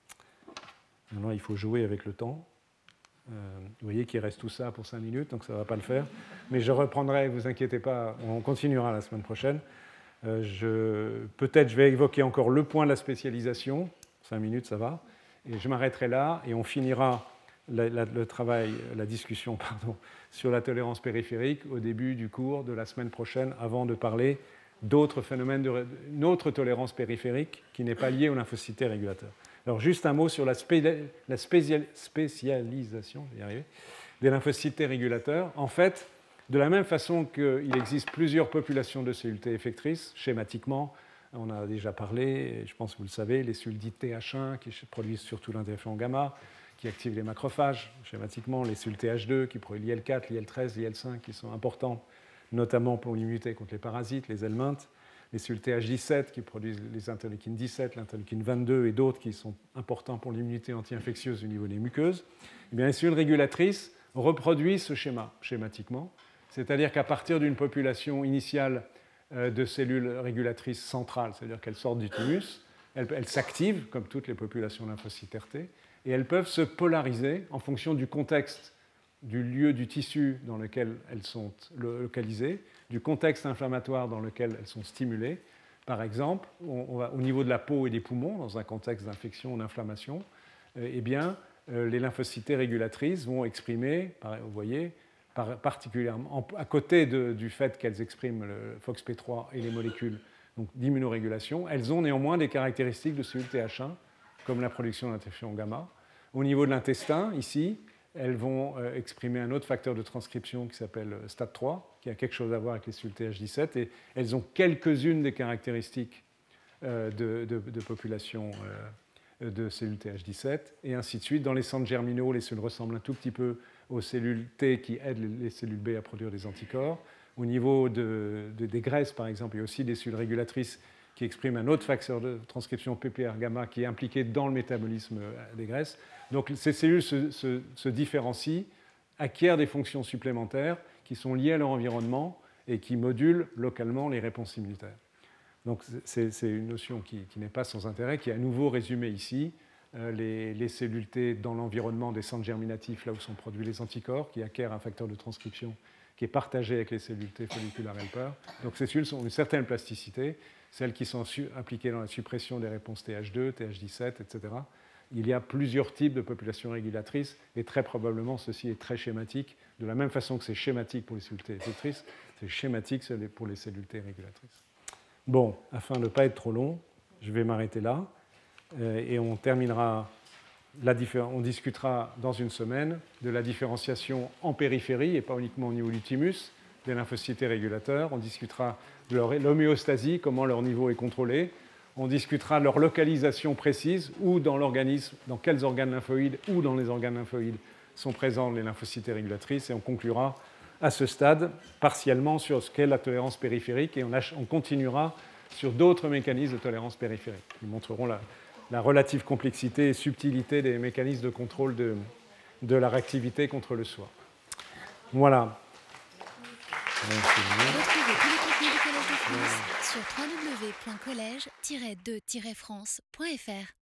Maintenant, il faut jouer avec le temps. Euh, vous voyez qu'il reste tout ça pour cinq minutes, donc ça ne va pas le faire. Mais je reprendrai, ne vous inquiétez pas, on continuera la semaine prochaine. Euh, je, peut-être je vais évoquer encore le point de la spécialisation. cinq minutes, ça va. Et je m'arrêterai là et on finira la, la, le travail, la discussion pardon, sur la tolérance périphérique au début du cours de la semaine prochaine, avant de parler d'autres phénomènes, de, une autre tolérance périphérique qui n'est pas liée aux lymphocytes T régulateurs. Alors juste un mot sur la, spé, la spécial, spécialisation je vais y arriver, des lymphocytes T régulateurs. En fait, de la même façon qu'il existe plusieurs populations de cellules T effectrices, schématiquement, on a déjà parlé, je pense que vous le savez, les cellules dites T H un qui produisent surtout l'interféron gamma, qui activent les macrophages, schématiquement, les cellules T H deux qui produisent l'I L quatre, l'I L treize, l'I L cinq qui sont importants notamment pour l'immunité contre les parasites, les helminths, les cellules T H dix-sept qui produisent les interleukines dix-sept, l'interleukine vingt-deux et d'autres qui sont importants pour l'immunité anti-infectieuse au niveau des muqueuses. Eh bien, les cellules régulatrices reproduisent ce schéma, schématiquement, c'est-à-dire qu'à partir d'une population initiale de cellules régulatrices centrales, c'est-à-dire qu'elles sortent du thymus, elles, elles s'activent, comme toutes les populations lymphocytes R T, et elles peuvent se polariser en fonction du contexte du lieu du tissu dans lequel elles sont localisées, du contexte inflammatoire dans lequel elles sont stimulées. Par exemple, on, on va, au niveau de la peau et des poumons, dans un contexte d'infection ou d'inflammation, euh, eh bien, euh, les lymphocytes régulatrices vont exprimer, vous voyez, par, particulièrement, en, à côté de, du fait qu'elles expriment le F O X P trois et les molécules, donc d'immunorégulation. Elles ont néanmoins des caractéristiques de cellules T H un, comme la production d'interféron gamma. Au niveau de l'intestin, ici, elles vont euh, exprimer un autre facteur de transcription qui s'appelle S T A T trois, qui a quelque chose à voir avec les cellules T H dix-sept, et elles ont quelques-unes des caractéristiques euh, de, de, de population euh, de cellules T H dix-sept, et ainsi de suite. Dans les centres germinaux, les cellules ressemblent un tout petit peu aux cellules T qui aident les cellules B à produire des anticorps. Au niveau de, de, des graisses, par exemple, il y a aussi des cellules régulatrices qui expriment un autre facteur de transcription P P R gamma qui est impliqué dans le métabolisme des graisses. Donc ces cellules se, se, se différencient, acquièrent des fonctions supplémentaires qui sont liées à leur environnement et qui modulent localement les réponses immunitaires. Donc c'est, c'est une notion qui, qui n'est pas sans intérêt, qui est à nouveau résumée ici. Euh, les, les cellules T dans l'environnement des centres germinatifs, là où sont produits les anticorps, qui acquièrent un facteur de transcription qui est partagé avec les cellules T folliculaires helper. Donc ces cellules ont une certaine plasticité, celles qui sont su- impliquées dans la suppression des réponses T H deux, T H dix-sept, et cetera. Il y a plusieurs types de populations régulatrices, et très probablement ceci est très schématique. De la même façon que c'est schématique pour les cellules T effectrices, c'est schématique pour les cellules T régulatrices. Bon, afin de ne pas être trop long, je vais m'arrêter là, euh, et on terminera, la diffé- on discutera dans une semaine de la différenciation en périphérie, et pas uniquement au niveau du thymus, des lymphocytes régulateurs. On discutera de leur, l'homéostasie, comment leur niveau est contrôlé. On discutera de leur localisation précise, où dans l'organisme, dans quels organes lymphoïdes ou dans les organes lymphoïdes sont présents les lymphocytes régulatrices, et on conclura à ce stade partiellement sur ce qu'est la tolérance périphérique, et on, a, on continuera sur d'autres mécanismes de tolérance périphérique qui montreront la, la relative complexité et subtilité des mécanismes de contrôle de, de la réactivité contre le soi. Voilà. Retrouvez tous les contenus du Collège de France sur w w w point collège tiret deux tiret france point f r.